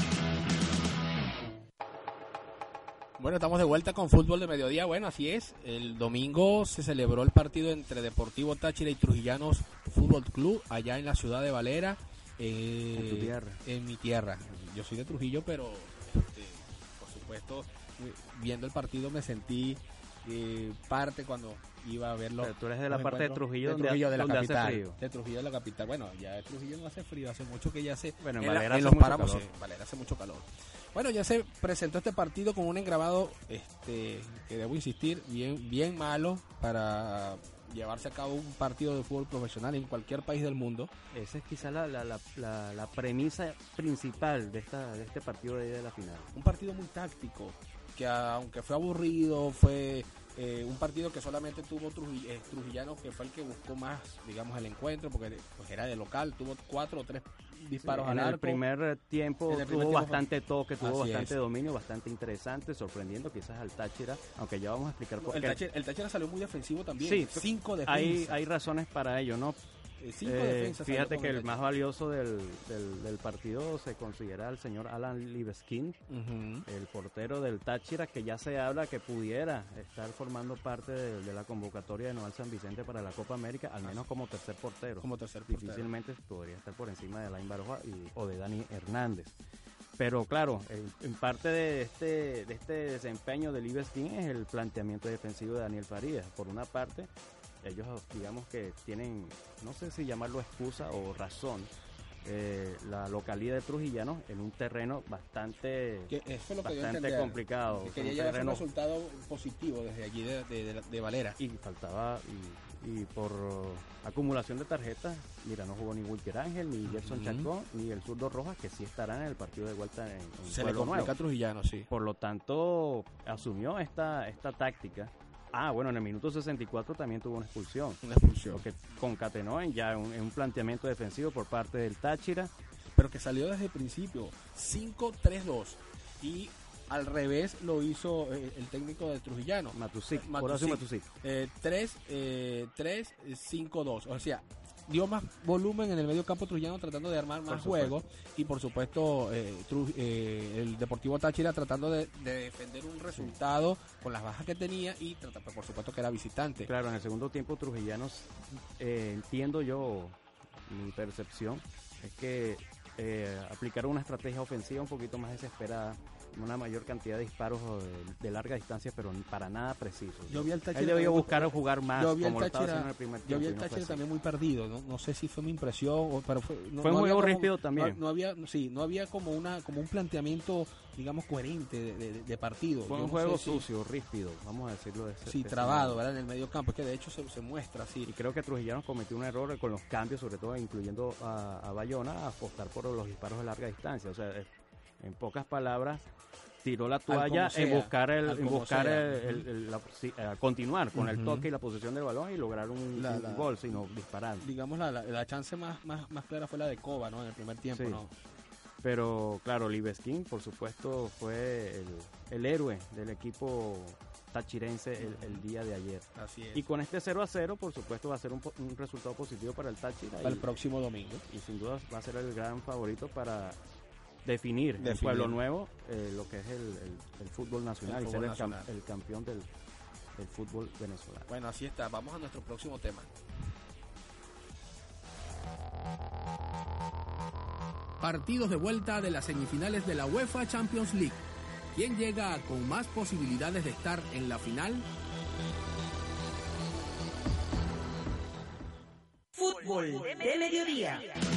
Speaker 3: Bueno, estamos de vuelta con Fútbol de Mediodía. Bueno, así es. El domingo se celebró el partido entre Deportivo Táchira y Trujillanos Fútbol Club allá en la ciudad de Valera. Eh,
Speaker 4: en tu tierra.
Speaker 3: En mi tierra. Yo soy de Trujillo, pero este, por supuesto, viendo el partido me sentí eh, parte cuando iba a verlo.
Speaker 4: Pero tú eres de la parte de Trujillo,
Speaker 3: de
Speaker 4: donde,
Speaker 3: Trujillo de la
Speaker 4: donde
Speaker 3: capital,
Speaker 4: hace frío.
Speaker 3: de Trujillo de la capital. Bueno, ya de Trujillo no hace frío, hace mucho que ya hace.
Speaker 4: Bueno, en
Speaker 3: en,
Speaker 4: Valera
Speaker 3: la, en
Speaker 4: hace
Speaker 3: los
Speaker 4: mucho
Speaker 3: páramos,
Speaker 4: calor.
Speaker 3: sí, Valera hace mucho calor. Bueno, ya se presentó este partido con un engravado, este, que debo insistir, bien, bien malo para llevarse a cabo un partido de fútbol profesional en cualquier país del mundo.
Speaker 4: Esa es quizá la, la, la, la, la premisa principal de esta de este partido de, de la final.
Speaker 3: Un partido muy táctico, que aunque fue aburrido, fue eh, un partido que solamente tuvo Trujill, eh, Trujillano, que fue el que buscó más, digamos, el encuentro, porque pues, era de local, tuvo cuatro o tres disparos
Speaker 4: Sí,
Speaker 3: al
Speaker 4: en
Speaker 3: arco.
Speaker 4: el primer tiempo
Speaker 3: En el
Speaker 4: tuvo
Speaker 3: primer tiempo
Speaker 4: bastante toque, tuvo
Speaker 3: Así
Speaker 4: bastante
Speaker 3: es.
Speaker 4: dominio, bastante interesante, sorprendiendo quizás al Táchira, aunque ya vamos a explicar por
Speaker 3: El
Speaker 4: qué.
Speaker 3: Táchira, el Táchira salió muy defensivo también,
Speaker 4: Sí,
Speaker 3: cinco
Speaker 4: hay,
Speaker 3: defensas.
Speaker 4: hay razones para ello, ¿no?
Speaker 3: Eh, cinco
Speaker 4: Eh,
Speaker 3: defensas
Speaker 4: fíjate
Speaker 3: salió con
Speaker 4: que el
Speaker 3: Táchira.
Speaker 4: más valioso del, del, del partido se considera el señor Alan Libeskin,
Speaker 3: Uh-huh.
Speaker 4: el portero del Táchira, que ya se habla que pudiera estar formando parte de, de la convocatoria de Noval San Vicente para la Copa América, al menos como tercer portero.
Speaker 3: Como tercer portero.
Speaker 4: Difícilmente podría estar por encima de Alain Baroja y, o de Dani Hernández. Pero claro, en, en parte de este, de este desempeño de Libeskin es el planteamiento defensivo de Daniel Farías. Por una parte, ellos digamos que tienen, no sé si llamarlo excusa o razón, eh, la localidad de Trujillanos en un terreno bastante,
Speaker 3: Que eso es lo que yo
Speaker 4: bastante
Speaker 3: entender,
Speaker 4: complicado.
Speaker 3: que
Speaker 4: un
Speaker 3: quería llevarse un
Speaker 4: terreno-
Speaker 3: resultado positivo desde allí de, de, de, de Valera.
Speaker 4: y faltaba y, y por uh, acumulación de tarjetas, mira, no jugó ni Wilker Ángel, ni Jefferson
Speaker 3: Ujú.
Speaker 4: Chacón, ni el zurdo Rojas, que sí estarán en el partido de vuelta en, en
Speaker 3: Se le
Speaker 4: Pueblo
Speaker 3: complica
Speaker 4: Nuevo.
Speaker 3: a Trujillano, sí.
Speaker 4: Por lo tanto, asumió esta esta táctica. Ah, bueno, en el minuto sesenta y cuatro también tuvo una expulsión,
Speaker 3: Una expulsión.
Speaker 4: lo que concatenó en ya un, en un planteamiento defensivo por parte del Táchira.
Speaker 3: Pero que salió desde el principio, cinco tres dos. Y al revés lo hizo eh, el técnico de Trujillano.
Speaker 4: Matusic,
Speaker 3: Matusic.
Speaker 4: Horacio Matusic.
Speaker 3: Eh, tres cinco dos. O sea, dio más volumen en el medio campo Trujillano tratando de armar más
Speaker 4: Por supuesto.
Speaker 3: juego. Y por supuesto, eh, Tru- eh, el Deportivo Táchira tratando de, de defender un resultado con las bajas que tenía. Y trata- por supuesto que era visitante.
Speaker 4: Claro, en el segundo tiempo Trujillanos, eh, entiendo yo, mi percepción, es que eh, aplicaron una estrategia ofensiva un poquito más desesperada, una mayor cantidad de disparos de, de larga distancia, pero para nada precisos.
Speaker 3: Yo vi al Táchira.
Speaker 4: Él debió buscar jugar más,
Speaker 3: yo vi
Speaker 4: como lo estaba
Speaker 3: Táchira,
Speaker 4: haciendo en el primer tiempo.
Speaker 3: Yo vi el
Speaker 4: no
Speaker 3: Táchira
Speaker 4: fue
Speaker 3: también muy perdido. No, no sé si fue mi impresión, o, pero fue, no,
Speaker 4: fue
Speaker 3: no
Speaker 4: muy
Speaker 3: había
Speaker 4: ríspido
Speaker 3: como,
Speaker 4: también.
Speaker 3: No, no había, sí, no había como una, como un planteamiento, digamos, coherente de, de, de partido.
Speaker 4: Fue
Speaker 3: yo
Speaker 4: un
Speaker 3: no
Speaker 4: juego
Speaker 3: sé si,
Speaker 4: sucio, ríspido, vamos a decirlo de ese.
Speaker 3: Sí,
Speaker 4: de
Speaker 3: trabado,
Speaker 4: ese
Speaker 3: ¿verdad? En el medio campo, es que de hecho se, se muestra así.
Speaker 4: Y creo que Trujillano cometió un error con los cambios, sobre todo incluyendo a, a Bayona, a apostar por los disparos de larga distancia. O sea, en pocas palabras, tiró la toalla
Speaker 3: sea,
Speaker 4: en buscar el,
Speaker 3: al
Speaker 4: en
Speaker 3: como
Speaker 4: buscar
Speaker 3: sea.
Speaker 4: el, el, el- la- sí, a continuar con el
Speaker 3: Ujú.
Speaker 4: toque y la posesión del balón y lograr un,
Speaker 3: La-
Speaker 4: un
Speaker 3: la-
Speaker 4: gol, sino disparar.
Speaker 3: Digamos, la, la, la chance más, más, más clara fue la de Cova, ¿no? En el primer tiempo,
Speaker 4: Sí.
Speaker 3: ¿no?
Speaker 4: Pero claro, Libeskin, por supuesto, fue el, el héroe del equipo tachirense el, el día de ayer.
Speaker 3: Así es.
Speaker 4: Y con este cero a cero, por supuesto, va a ser un, po- un resultado positivo para el Táchira.
Speaker 3: Para el
Speaker 4: y,
Speaker 3: próximo domingo.
Speaker 4: y sin duda va a ser el gran favorito para definir, en
Speaker 3: Definir.
Speaker 4: Pueblo Nuevo eh, lo que es el, el- el fútbol nacional
Speaker 3: El
Speaker 4: y
Speaker 3: fútbol
Speaker 4: ser el, cam-
Speaker 3: nacional.
Speaker 4: el campeón del, del fútbol venezolano.
Speaker 3: Bueno, así está. Vamos a nuestro próximo tema.
Speaker 5: Partidos de vuelta de las semifinales de la UEFA Champions League. ¿Quién llega con más posibilidades de estar en la final?
Speaker 2: Fútbol de mediodía.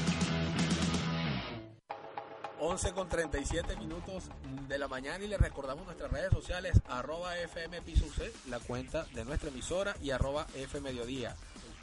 Speaker 3: once con treinta y siete minutos de la mañana y les recordamos nuestras redes sociales, arroba FM Piso C, la cuenta de nuestra emisora, y arroba F Mediodía.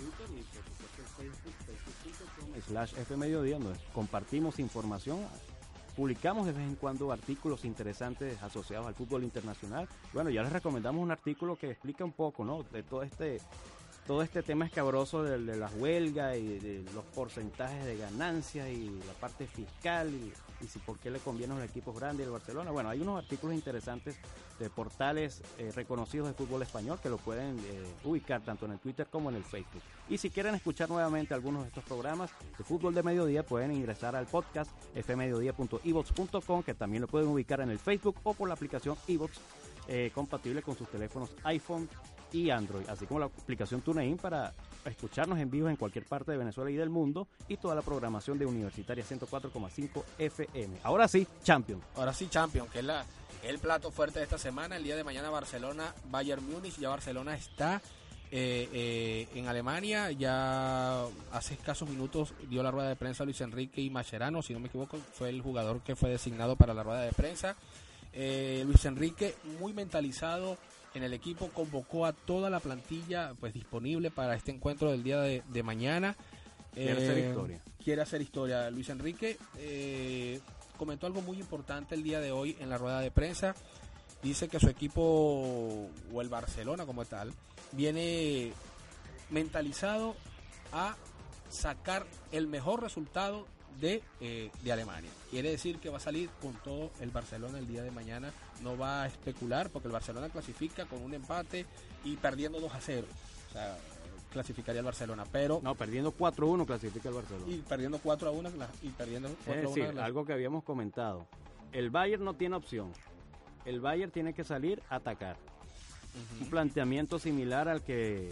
Speaker 4: Slash F Mediodía, donde compartimos información, publicamos de vez en cuando artículos interesantes asociados al fútbol internacional. Bueno, ya les recomendamos un artículo que explica un poco, ¿no?, de todo este todo este tema escabroso de, de las huelgas y de los porcentajes de ganancias y la parte fiscal y, y si por qué le conviene a los equipos grandes y el Barcelona. Bueno, hay unos artículos interesantes de portales eh, reconocidos de fútbol español que lo pueden eh, ubicar tanto en el Twitter como en el Facebook. Y si quieren escuchar nuevamente algunos de estos programas de fútbol de mediodía, pueden ingresar al podcast f mediodía punto i vox punto com, que también lo pueden ubicar en el Facebook o por la aplicación iVoox, eh, compatible con sus teléfonos iPhone y Android, así como la aplicación TuneIn para escucharnos en vivo en cualquier parte de Venezuela y del mundo, y toda la programación de Universitaria ciento cuatro coma cinco F M. Ahora sí, Champions.
Speaker 3: Ahora sí, Champions, que es la, el plato fuerte de esta semana. El día de mañana Barcelona, Bayern Múnich. Ya Barcelona está eh, eh, en Alemania. Ya hace escasos minutos dio la rueda de prensa Luis Enrique y Mascherano, si no me equivoco, fue el jugador que fue designado para la rueda de prensa. Eh, Luis Enrique, muy mentalizado en el equipo, convocó a toda la plantilla pues disponible para este encuentro del día de, de mañana.
Speaker 4: Quiere
Speaker 3: Eh,
Speaker 4: hacer historia.
Speaker 3: Quiere hacer historia. Luis Enrique eh, comentó algo muy importante el día de hoy en la rueda de prensa. Dice que su equipo, o el Barcelona como tal, viene mentalizado a sacar el mejor resultado de, eh, de Alemania. Quiere decir que va a salir con todo el Barcelona el día de mañana. No va a especular, porque el Barcelona clasifica con un empate y perdiendo dos a cero. O sea, clasificaría el Barcelona, pero
Speaker 4: No, perdiendo cuatro a uno clasifica el Barcelona.
Speaker 3: y perdiendo cuatro a uno y perdiendo
Speaker 4: Es
Speaker 3: cuatro a
Speaker 4: decir,
Speaker 3: uno.
Speaker 4: algo que habíamos comentado. El Bayern no tiene opción. El Bayern tiene que salir a atacar. Un planteamiento similar al que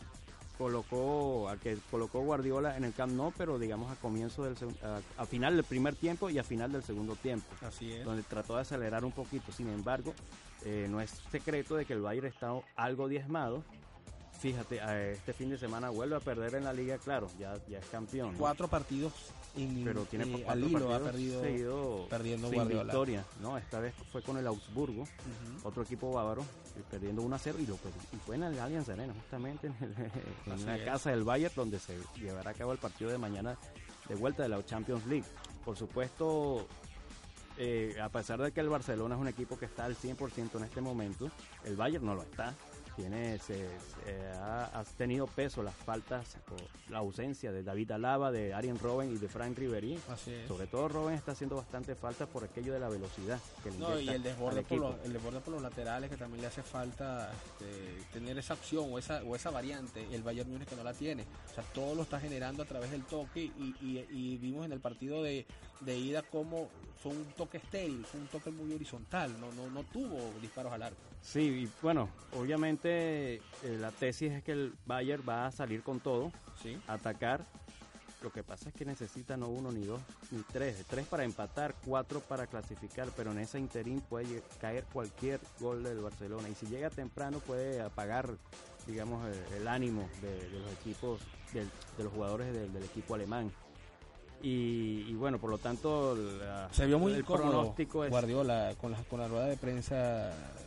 Speaker 4: colocó al que colocó Guardiola en el Camp Nou, pero digamos a comienzo del segun- a, a final del primer tiempo y a final del segundo tiempo,
Speaker 3: Así es.
Speaker 4: donde trató de acelerar un poquito. Sin embargo, eh, no es secreto de que el Bayern está algo diezmado. Fíjate, eh, este fin de semana vuelve a perder en la liga, claro, ya, ya es campeón, ¿no?
Speaker 3: Cuatro partidos en,
Speaker 4: Pero tiene
Speaker 3: eh,
Speaker 4: cuatro
Speaker 3: al hilo ha
Speaker 4: partidos
Speaker 3: perdido,
Speaker 4: seguidos
Speaker 3: perdiendo
Speaker 4: sin
Speaker 3: Guardiola.
Speaker 4: victoria, ¿no? Esta vez fue con el Augsburgo,
Speaker 3: Ujú.
Speaker 4: otro equipo bávaro, eh, perdiendo uno a cero, y lo perdi- y fue en el Allianz Arena, justamente en, el- en
Speaker 3: Así
Speaker 4: la
Speaker 3: es.
Speaker 4: casa del Bayern, donde se llevará a cabo el partido de mañana de vuelta de la Champions League. Por supuesto, eh, a pesar de que el Barcelona es un equipo que está al cien por ciento en este momento, el Bayern no lo está. Tiene, se, se ha, ha tenido peso las faltas o la ausencia de David Alaba, de Arjen Robben y de Frank Ribéry.
Speaker 3: Así es.
Speaker 4: Sobre todo Robben está haciendo bastante falta por aquello de la velocidad que le
Speaker 3: No, y
Speaker 4: inyecta
Speaker 3: el desborde,
Speaker 4: al
Speaker 3: por
Speaker 4: equipo.
Speaker 3: los, el desborde por los laterales, que también le hace falta este, tener esa opción o esa o esa variante. El Bayern Múnich que no la tiene. O sea, todo lo está generando a través del toque, y, y, y vimos en el partido de, de ida como fue un toque estéril, fue un toque muy horizontal, no no no tuvo disparos al arco.
Speaker 4: Sí, y bueno, obviamente eh, la tesis es que el Bayern va a salir con todo,
Speaker 3: Sí.
Speaker 4: a atacar, lo que pasa es que necesita no uno, ni dos, ni tres. Tres para empatar, cuatro para clasificar, pero en ese interín puede caer cualquier gol del Barcelona. Y si llega temprano puede apagar, digamos, el, el ánimo de, de los equipos, de, de los jugadores del, del equipo alemán. Y, y bueno, por lo tanto, la,
Speaker 3: se vio muy
Speaker 4: el
Speaker 3: cómodo
Speaker 4: pronóstico es...
Speaker 3: Guardiola con la, con la rueda de prensa.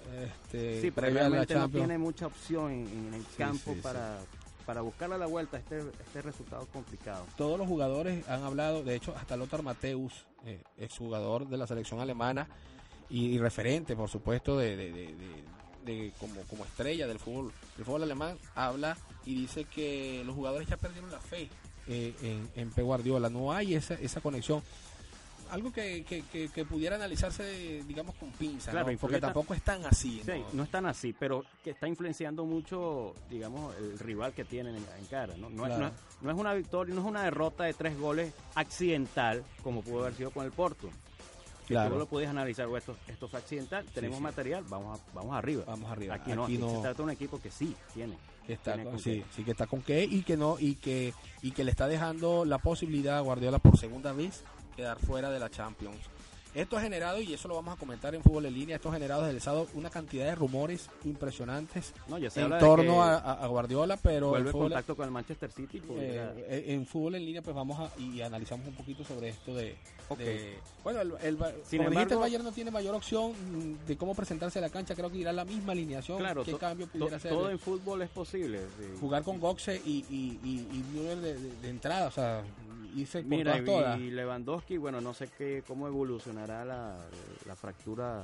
Speaker 3: Este,
Speaker 4: sí, pero realmente no tiene mucha opción en, en el sí, campo sí, para... Sí. para buscarle la vuelta a este, este resultado complicado.
Speaker 3: Todos los jugadores han hablado, de hecho hasta Lothar Matthäus, eh, exjugador de la selección alemana y, y referente por supuesto de, de, de, de, de como, como estrella del fútbol, del fútbol alemán, habla y dice que los jugadores ya perdieron la fe eh, en, en Pep Guardiola, no hay esa, esa conexión. Algo que, que, que, que pudiera analizarse, digamos, con pinzas, claro, ¿no? Porque tampoco es tan así.
Speaker 4: Sí,
Speaker 3: ¿no?
Speaker 4: no es tan así, pero que está influenciando mucho, digamos, el rival que tienen en, en cara, ¿no? No, claro. es, no, es, no es una victoria, no es una derrota de tres goles accidental, como pudo haber sido con el Porto. Claro. Tú lo puedes analizar, o esto, esto es accidental, tenemos sí, sí. material, vamos a, vamos arriba.
Speaker 3: Vamos arriba.
Speaker 4: Aquí, Aquí no, no. Se trata de un equipo que sí tiene.
Speaker 3: Que está tiene con, sí, sí, que está con qué y que no, y que, y que le está dejando la posibilidad a Guardiola por segunda vez quedar fuera de la Champions. Esto ha generado, y eso lo vamos a comentar en Fútbol en Línea, esto ha generado desde el sábado una cantidad de rumores impresionantes no, ya se en torno a, a Guardiola, pero
Speaker 4: vuelve en contacto con el Manchester City.
Speaker 3: Eh, en Fútbol en Línea pues vamos a, y analizamos un poquito sobre esto de, okay. de bueno, el, el, como embargo, dijiste, el Bayern no tiene mayor opción de cómo presentarse a la cancha, creo que irá la misma alineación,
Speaker 4: claro,
Speaker 3: qué
Speaker 4: to,
Speaker 3: cambio pudiera
Speaker 4: to,
Speaker 3: hacer.
Speaker 4: Todo en fútbol es posible. Sí.
Speaker 3: Jugar con Götze y, y, y, y Müller de, de, de entrada, o sea, irse por
Speaker 4: Mira,
Speaker 3: todas, todas.
Speaker 4: Y Lewandowski, bueno, no sé qué cómo evolucionará la, la fractura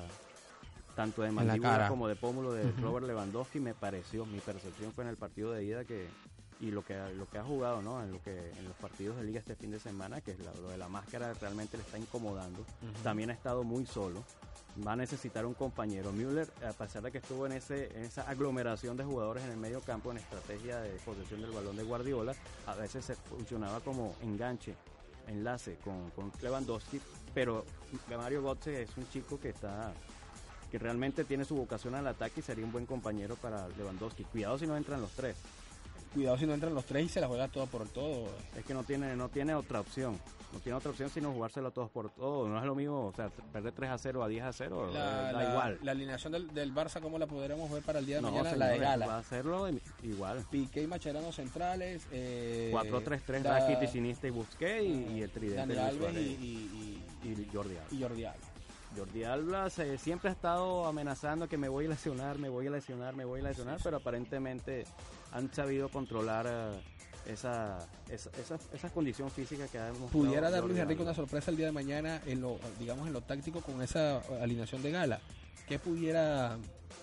Speaker 4: tanto de mandíbula como de pómulo de uh-huh. Robert Lewandowski. Me pareció, mi percepción fue en el partido de ida que y lo que lo que ha jugado, ¿no? En lo que en los partidos de liga este fin de semana, que es la, lo de la máscara realmente le está incomodando. Uh-huh. También ha estado muy solo. Va a necesitar un compañero. Müller, a pesar de que estuvo en ese en esa aglomeración de jugadores en el medio campo en estrategia de posesión del balón de Guardiola, a veces se funcionaba como enganche, enlace con, con Lewandowski, pero Mario Götze es un chico que está que realmente tiene su vocación al ataque y sería un buen compañero para Lewandowski. Cuidado si no entran los tres.
Speaker 3: Cuidado si no entran los tres y se la juega todo por todo.
Speaker 4: Es que no tiene no tiene otra opción. No tiene otra opción sino jugárselo todos por todo. No es lo mismo, o sea, perder tres a cero a diez a cero,
Speaker 3: la,
Speaker 4: da
Speaker 3: la,
Speaker 4: igual.
Speaker 3: La alineación del, del Barça, ¿cómo la podremos ver para el día de
Speaker 4: no,
Speaker 3: mañana?
Speaker 4: Señores,
Speaker 3: la de Gala.
Speaker 4: Va a hacerlo igual.
Speaker 3: Piqué y Mascherano centrales. Eh,
Speaker 4: cuatro tres tres, Rakitic, Iniesta y Busquets y, y el tridente.
Speaker 3: Dani Alves y, y,
Speaker 4: y, y Jordi Alba.
Speaker 3: Y Jordi Alba.
Speaker 4: Jordi Alba se, siempre ha estado amenazando que me voy a lesionar, me voy a lesionar, me voy a lesionar, sí, pero sí. aparentemente han sabido controlar uh, esa, esa, esa, esa condición física que ha demostrado.
Speaker 3: ¿Pudiera dar Luis Enrique una sorpresa el día de mañana en lo, digamos, en lo táctico con esa alineación de Gala? ¿Qué pudiera,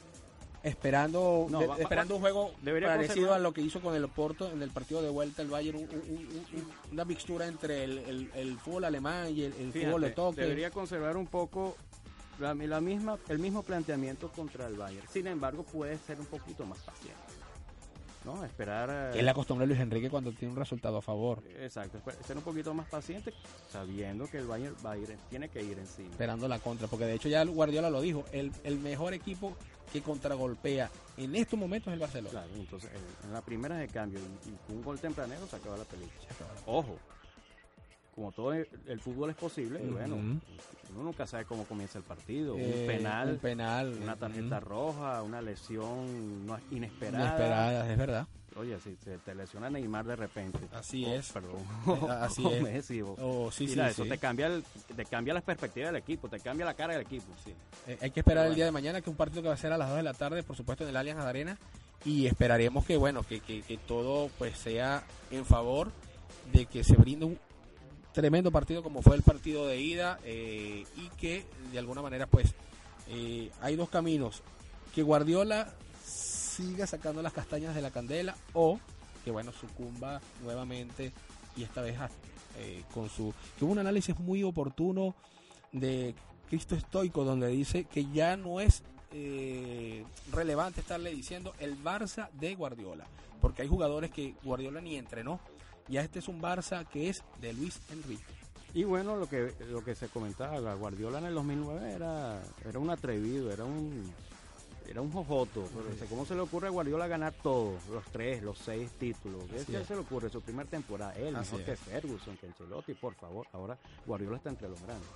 Speaker 3: esperando no, de, va, esperando va, un juego parecido conservar. a lo que hizo con el Oporto en el partido de vuelta el Bayern, un, un, un, una mixtura entre el, el, el fútbol alemán y el, el Fíjate, fútbol de toque?
Speaker 4: Debería conservar un poco la, la misma el mismo planteamiento contra el Bayern. Sin embargo, puede ser un poquito más paciente, ¿no? Esperar.
Speaker 3: Es la costumbre de Luis Enrique cuando tiene un resultado a favor.
Speaker 4: Exacto, ser un poquito más paciente, sabiendo que el Bayern va a ir, tiene que ir encima.
Speaker 3: Esperando la contra, porque de hecho ya Guardiola lo dijo, el, el mejor equipo que contragolpea en estos momentos es el Barcelona.
Speaker 4: Claro, entonces en la primera de cambio y, y con un gol tempranero se acaba la película. Ojo, como todo el, el fútbol es posible, uh-huh. y bueno, uno nunca sabe cómo comienza el partido, eh, un penal,
Speaker 3: un penal,
Speaker 4: una tarjeta uh-huh. roja, una lesión no, inesperada.
Speaker 3: Inesperada, es verdad.
Speaker 4: Oye, si se te lesiona Neymar de repente.
Speaker 3: Así
Speaker 4: oh,
Speaker 3: es.
Speaker 4: Perdón.
Speaker 3: Así
Speaker 4: oh,
Speaker 3: es.
Speaker 4: Messi, oh.
Speaker 3: Oh, sí,
Speaker 4: Mira,
Speaker 3: sí,
Speaker 4: eso
Speaker 3: sí.
Speaker 4: te cambia el, te cambia la perspectiva del equipo, te cambia la cara del equipo. Sí.
Speaker 3: Eh, hay que esperar bueno. el día de mañana, que es un partido que va a ser a las dos de la tarde, por supuesto en el Allianz Arena, y esperaremos que bueno, que, que, que todo pues sea en favor de que se brinde un tremendo partido como fue el partido de ida, eh, y que de alguna manera pues eh, hay dos caminos: que Guardiola siga sacando las castañas de la candela, o que bueno, sucumba nuevamente, y esta vez eh, con su que hubo un análisis muy oportuno de Cristo Estoico, donde dice que ya no es eh, relevante estarle diciendo el Barça de Guardiola, porque hay jugadores que Guardiola ni entrenó. Ya este es un Barça que es de Luis Enrique.
Speaker 4: Y bueno, lo que lo que se comentaba, Guardiola en el dos mil nueve era era un atrevido, era un era un jojoto. Pero dice, ¿cómo se le ocurre a Guardiola ganar todo? Los tres, los seis títulos. ¿Qué se le ocurre? Su primera temporada. Él,
Speaker 3: Así
Speaker 4: mejor
Speaker 3: es.
Speaker 4: que Ferguson, que Ancelotti, por favor. Ahora Guardiola está entre los grandes.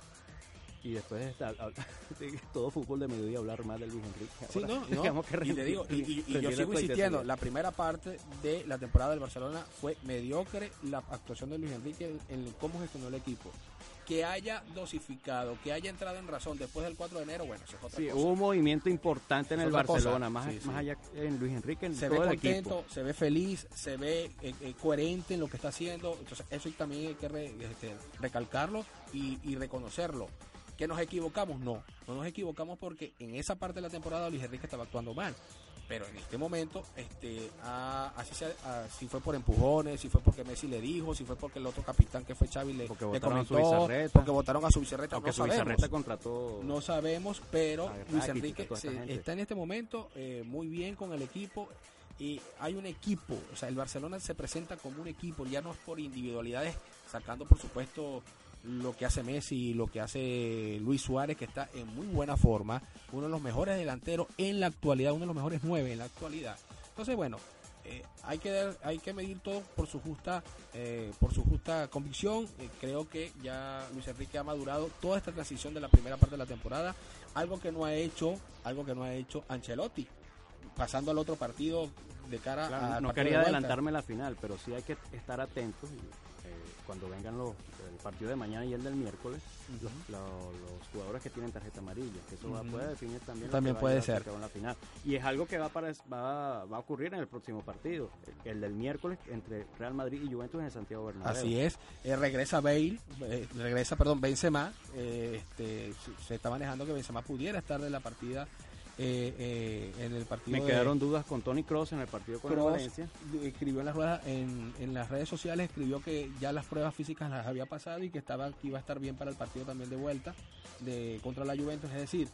Speaker 4: Y después está todo fútbol de mediodía hablar más del Luis Enrique.
Speaker 3: Sí,
Speaker 4: Ahora,
Speaker 3: no, no.
Speaker 4: digamos que
Speaker 3: Y te digo, y, y- y yo
Speaker 4: rendir
Speaker 3: sigo
Speaker 4: la
Speaker 3: insistiendo,
Speaker 4: expectativa.
Speaker 3: la primera parte de la temporada del Barcelona fue mediocre la actuación de Luis Enrique en, en cómo gestionó el equipo. Que haya dosificado, que haya entrado en razón después del cuatro de enero, bueno, eso es otra
Speaker 4: Sí,
Speaker 3: cosa.
Speaker 4: hubo un movimiento importante en
Speaker 3: Es
Speaker 4: el
Speaker 3: otra cosa.
Speaker 4: Barcelona, más,
Speaker 3: Sí, sí.
Speaker 4: más allá en Luis Enrique, en
Speaker 3: Se
Speaker 4: todo
Speaker 3: ve
Speaker 4: el
Speaker 3: contento,
Speaker 4: equipo.
Speaker 3: se ve feliz, se ve eh, eh, coherente en lo que está haciendo. Entonces eso también hay que re- este, recalcarlo y, y reconocerlo. ¿Que nos equivocamos? No, no nos equivocamos porque en esa parte de la temporada Luis Enrique estaba actuando mal. Pero en este momento, este, ah, así, sea, ah, si fue por empujones, si fue porque Messi le dijo, si fue porque el otro capitán que fue Xavi le,
Speaker 4: Porque
Speaker 3: le
Speaker 4: votaron a su
Speaker 3: comentó,
Speaker 4: Bizarreta.
Speaker 3: porque votaron a su Bizarreta,
Speaker 4: Aunque
Speaker 3: no
Speaker 4: su
Speaker 3: sabemos.
Speaker 4: Bizarreta contrató.
Speaker 3: No sabemos, pero
Speaker 4: a
Speaker 3: Luis
Speaker 4: Rakitic,
Speaker 3: Enrique
Speaker 4: a toda esta
Speaker 3: se-
Speaker 4: gente.
Speaker 3: está en este momento eh, muy bien con el equipo y hay un equipo, o sea, el Barcelona se presenta como un equipo, ya no es por individualidades, sacando por supuesto lo que hace Messi, lo que hace Luis Suárez, que está en muy buena forma, uno de los mejores delanteros en la actualidad, uno de los mejores nueve en la actualidad. Entonces, bueno, eh, hay que dar- hay que medir todo por su justa eh, por su justa convicción. Eh, creo que ya Luis Enrique ha madurado toda esta transición de la primera parte de la temporada, algo que no ha hecho, algo que no ha hecho Ancelotti, pasando al otro partido de cara
Speaker 4: Claro,
Speaker 3: a
Speaker 4: no quería adelantarme la final, pero sí hay que estar atentos y, eh, cuando vengan los el partido de mañana y el del miércoles,
Speaker 3: Ujú.
Speaker 4: los, los- los jugadores que tienen tarjeta amarilla, que eso va-
Speaker 3: Ujú.
Speaker 4: puede definir también,
Speaker 3: También
Speaker 4: lo que
Speaker 3: puede
Speaker 4: vaya a
Speaker 3: ser.
Speaker 4: en la final. Y es algo que va, para, va, va a ocurrir en el próximo partido, el, el del miércoles entre Real Madrid y Juventus en el Santiago Bernabéu.
Speaker 3: Así es, eh, regresa Bale, eh, regresa, perdón, Benzema, eh, este, se, se está manejando que Benzema pudiera estar de la partida eh, eh, en el partido.
Speaker 4: Me
Speaker 3: de
Speaker 4: quedaron dudas con Toni Kroos en el partido con el
Speaker 3: Kroos.
Speaker 4: Valencia.
Speaker 3: Escribió en las ruedas, en, en las redes sociales, escribió que ya las pruebas físicas las había pasado y que estaba que iba a estar bien para el partido también de vuelta de contra la Juventus, es decir,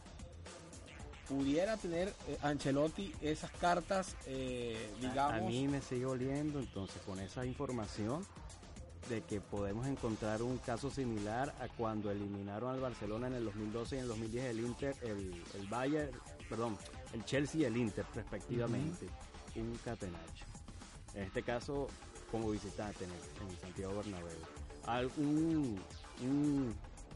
Speaker 3: pudiera tener eh, Ancelotti esas cartas, eh, digamos.
Speaker 4: A, a mí me sigue oliendo, entonces, con esa información de que podemos encontrar un caso similar a cuando eliminaron al Barcelona en el dos mil doce y en el dos mil diez el Inter, el, el Bayern, perdón, el Chelsea y el Inter respectivamente. Uh-huh. Un catenacho. En este caso, como visitante en el, en el Santiago Bernabéu. Algún, un,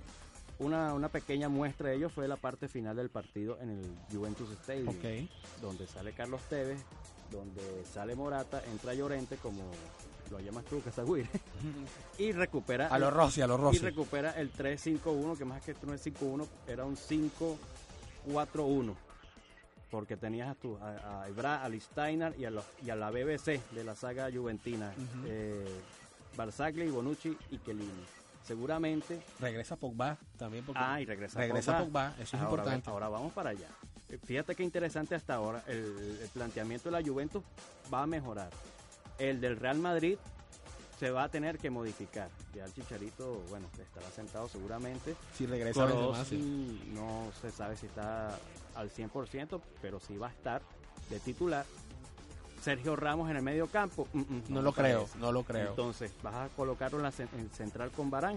Speaker 4: una, una pequeña muestra de ello fue la parte final del partido en el Juventus Stadium,
Speaker 3: Okay.
Speaker 4: donde sale Carlos Tevez, donde sale Morata, entra Llorente, como lo llamas tú, Casagüir, y recupera
Speaker 3: A los
Speaker 4: el-
Speaker 3: Rossi, a los Rossi.
Speaker 4: y recupera el tres cinco uno, que más que esto no es cinco uno, era un cinco cuatro uno, porque tenías a, tu, a, a Ibra, a Lichtsteiner y a, los, y a la B B C de la saga juventina,
Speaker 3: Ujú.
Speaker 4: eh, Barzagli, Bonucci y Chiellini. Seguramente.
Speaker 3: Regresa Pogba también porque
Speaker 4: Ah, y regresa,
Speaker 3: regresa Pogba, eso es
Speaker 4: ahora,
Speaker 3: importante.
Speaker 4: Ahora vamos para allá. Eh, Fíjate qué interesante hasta ahora. El, el planteamiento de la Juventus va a mejorar. El del Real Madrid se va a tener que modificar. Ya el Chicharito, bueno, estará sentado seguramente.
Speaker 3: Si regresa
Speaker 4: Kroos,
Speaker 3: Benzema, sí.
Speaker 4: mm, no se sabe si está al cien por ciento, pero sí va a estar de titular. Sergio Ramos en el medio campo. mm, mm,
Speaker 3: No
Speaker 4: me
Speaker 3: lo creo,
Speaker 4: parece.
Speaker 3: no lo creo.
Speaker 4: Entonces, ¿vas a colocarlo en la cen- en central con Varane?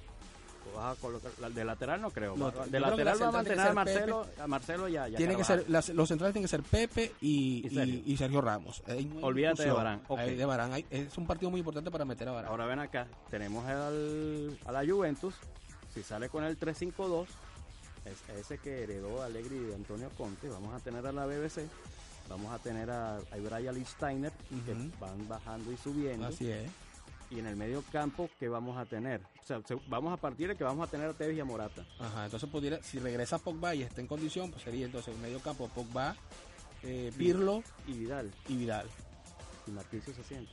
Speaker 4: ¿O vas a colocar la- de lateral? No creo.
Speaker 3: No,
Speaker 4: Va-
Speaker 3: yo
Speaker 4: de
Speaker 3: creo que la
Speaker 4: lateral va a
Speaker 3: central
Speaker 4: mantener
Speaker 3: tiene
Speaker 4: a
Speaker 3: que ser
Speaker 4: Marcelo, a Marcelo ya, ya
Speaker 3: Tiene que
Speaker 4: Carvajal.
Speaker 3: ser, las- los centrales tienen que ser Pepe y,
Speaker 4: Y
Speaker 3: y,
Speaker 4: Sergio.
Speaker 3: y Sergio Ramos. Ahí no hay
Speaker 4: Olvídate de
Speaker 3: discusión.
Speaker 4: Varane, ok.
Speaker 3: Ahí de Varane, ahí- es un partido muy importante para meter a Varane.
Speaker 4: Ahora ven acá, tenemos al, a la Juventus, si sale con el tres cinco dos, es ese que heredó Allegri de Antonio Conte, vamos a tener a la B B C, vamos a tener a, a Ibra Lichtsteiner, que
Speaker 3: Ujú.
Speaker 4: van bajando y subiendo.
Speaker 3: Así es.
Speaker 4: Y en el medio campo, ¿qué vamos a tener? O sea, se- vamos a partir de que vamos a tener a Tevez y a Morata.
Speaker 3: Ajá, entonces pudiera, si regresa Pogba y está en condición, pues sería entonces un medio campo Pogba, eh, Pirlo
Speaker 4: Y Vidal.
Speaker 3: y Vidal.
Speaker 4: Y Marquinhos se siente.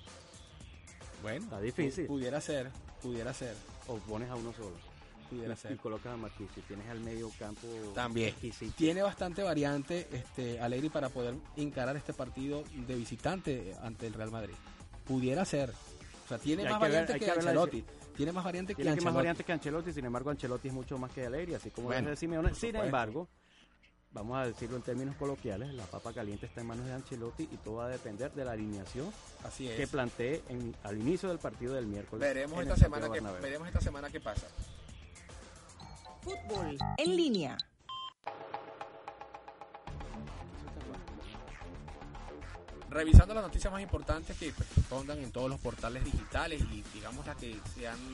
Speaker 3: Bueno,
Speaker 4: Está difícil.
Speaker 3: Pudiera ser, pudiera ser,
Speaker 4: O pones a uno solo.
Speaker 3: pudiera
Speaker 4: Y,
Speaker 3: ser.
Speaker 4: y colocas a Marquinhos. Tienes al medio campo
Speaker 3: También.
Speaker 4: exquisito.
Speaker 3: Tiene bastante variante este Allegri para poder encarar este partido de visitante ante el Real Madrid. Pudiera ser. O sea, tiene
Speaker 4: Y hay
Speaker 3: más
Speaker 4: que ver-
Speaker 3: variante
Speaker 4: hay
Speaker 3: que,
Speaker 4: que ver la
Speaker 3: Ancelotti. Tiene más variante que
Speaker 4: Tiene que más
Speaker 3: Ancelotti.
Speaker 4: variantes que Ancelotti, sin embargo Ancelotti es mucho más que Allegri, así como
Speaker 3: Bueno,
Speaker 4: es de Simeone.
Speaker 3: por
Speaker 4: Sin
Speaker 3: supuesto.
Speaker 4: embargo, vamos a decirlo en términos coloquiales, la papa caliente está en manos de Ancelotti y todo va a depender de la alineación
Speaker 3: Así es.
Speaker 4: que plantee en, al inicio del partido del miércoles.
Speaker 3: Veremos
Speaker 4: en
Speaker 3: esta
Speaker 4: el
Speaker 3: semana
Speaker 4: Santiago
Speaker 3: que
Speaker 4: Bernabéu.
Speaker 3: veremos esta semana qué pasa.
Speaker 2: Fútbol en línea.
Speaker 3: revisando las noticias más importantes que pues, rondan en todos los portales digitales y digamos las que se han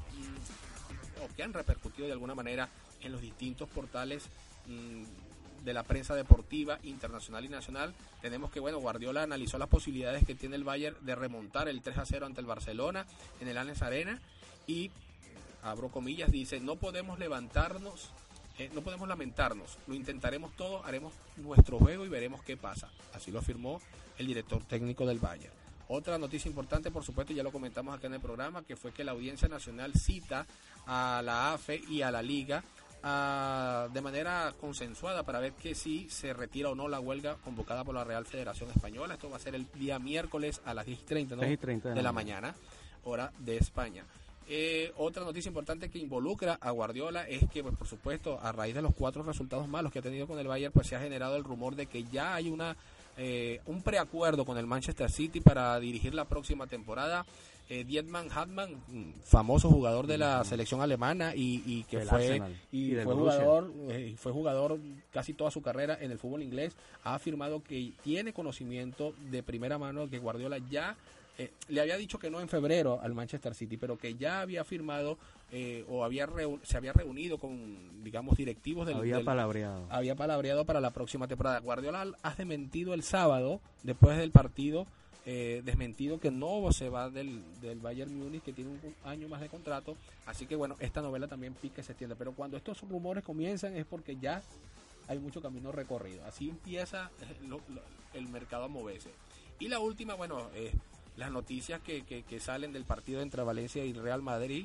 Speaker 3: mmm, o que han repercutido de alguna manera en los distintos portales mmm, de la prensa deportiva internacional y nacional, tenemos que bueno, Guardiola analizó las posibilidades que tiene el Bayern de remontar el tres a cero ante el Barcelona en el Allianz Arena y, abro comillas, dice, no podemos levantarnos, eh, no podemos lamentarnos, lo intentaremos todo, haremos nuestro juego y veremos qué pasa. Así lo afirmó el director técnico del Bayern. Otra noticia importante, por supuesto, ya lo comentamos acá en el programa, que fue que la Audiencia Nacional cita a la A F E y a la Liga Uh, de manera consensuada para ver que si se retira o no la huelga convocada por la Real Federación Española. Esto va a ser el día miércoles a las diez y treinta, ¿no? diez y treinta de, de la mañana, hora de España. Eh, otra noticia importante que involucra a Guardiola es que, pues, por supuesto, a raíz de los cuatro resultados malos que ha tenido con el Bayern, pues se ha generado el rumor de que ya hay una eh, un preacuerdo con el Manchester City para dirigir la próxima temporada. Eh, Dietmar Hamann, famoso jugador de la selección alemana y, y que
Speaker 4: del
Speaker 3: fue y,
Speaker 4: y
Speaker 3: fue jugador eh, fue jugador casi toda su carrera en el fútbol inglés, ha afirmado que tiene conocimiento de primera mano que Guardiola ya eh, le había dicho que no en febrero al Manchester City, pero que ya había firmado eh, o había reu- se había reunido con, digamos, directivos del
Speaker 4: había
Speaker 3: del,
Speaker 4: palabreado
Speaker 3: había palabreado para la próxima temporada. Guardiola ha desmentido el sábado después del partido. Eh, desmentido que no se va del, del Bayern Múnich, que tiene un, un año más de contrato, así que bueno, esta novela también pica y se extiende, pero cuando estos rumores comienzan es porque ya hay mucho camino recorrido, así empieza lo, lo, el mercado a moverse. Y la última, bueno, eh, las noticias que, que, que salen del partido entre Valencia y Real Madrid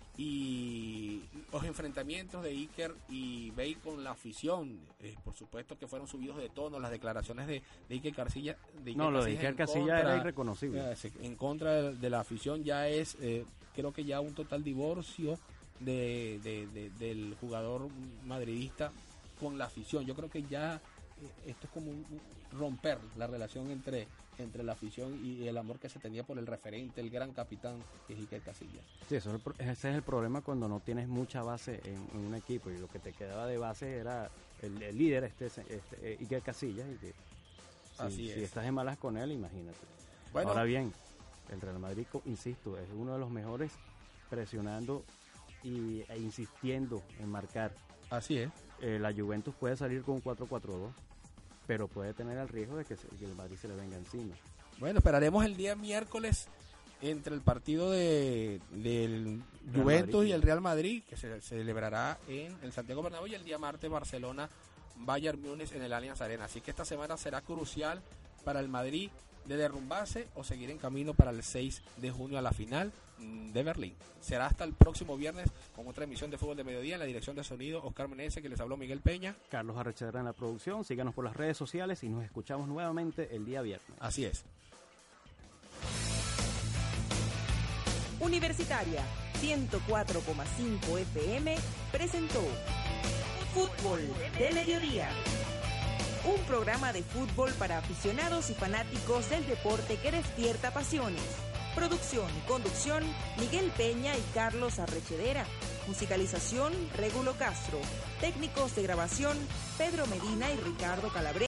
Speaker 3: y los enfrentamientos de Iker y Bale con la afición, eh, por supuesto que fueron subidos de tono las declaraciones de, de Iker Casillas. De Iker
Speaker 4: no, lo de
Speaker 3: Casillas
Speaker 4: Iker Casillas
Speaker 3: contra,
Speaker 4: era irreconocible.
Speaker 3: Eh, en contra de, de la afición ya es, eh, creo que ya un total divorcio de, de, de, del jugador madridista con la afición. Yo creo que ya eh, esto es como un, un romper la relación entre entre la afición y el amor que se tenía por el referente, el gran capitán que es Iker Casillas.
Speaker 4: Sí, eso es el, ese es el problema cuando no tienes mucha base en, en un equipo y lo que te quedaba de base era el, el líder, este, este eh, Iker Casillas, y que
Speaker 3: Así
Speaker 4: si,
Speaker 3: es.
Speaker 4: si estás en malas con él, imagínate.
Speaker 3: Bueno,
Speaker 4: ahora bien, el Real Madrid, insisto, es uno de los mejores presionando y, e insistiendo en marcar.
Speaker 3: Así es.
Speaker 4: Eh, la Juventus puede salir con un cuatro cuatro dos. Pero puede tener el riesgo de que, se, que el Madrid se le venga encima.
Speaker 3: Bueno, esperaremos el día miércoles entre el partido de del Juventus Madrid y el Real Madrid, que se, se celebrará en el Santiago Bernabéu, y el día martes Barcelona Bayern Múnich en el Allianz Arena. Así que esta semana será crucial para el Madrid de derrumbarse o seguir en camino para el seis de junio a la final de Berlín. Será hasta el próximo viernes con otra emisión de Fútbol de Mediodía. En la dirección de sonido, Oscar Meneses, que les habló Miguel Peña.
Speaker 4: Carlos Arrechedera en la producción. Síganos por las redes sociales y nos escuchamos nuevamente el día viernes.
Speaker 3: Así es.
Speaker 2: Universitaria ciento cuatro coma cinco F M presentó Fútbol de Mediodía. Un programa de fútbol para aficionados y fanáticos del deporte que despierta pasiones. Producción y conducción, Miguel Peña y Carlos Arrechedera. Musicalización, Régulo Castro. Técnicos de grabación, Pedro Medina y Ricardo Calabrese.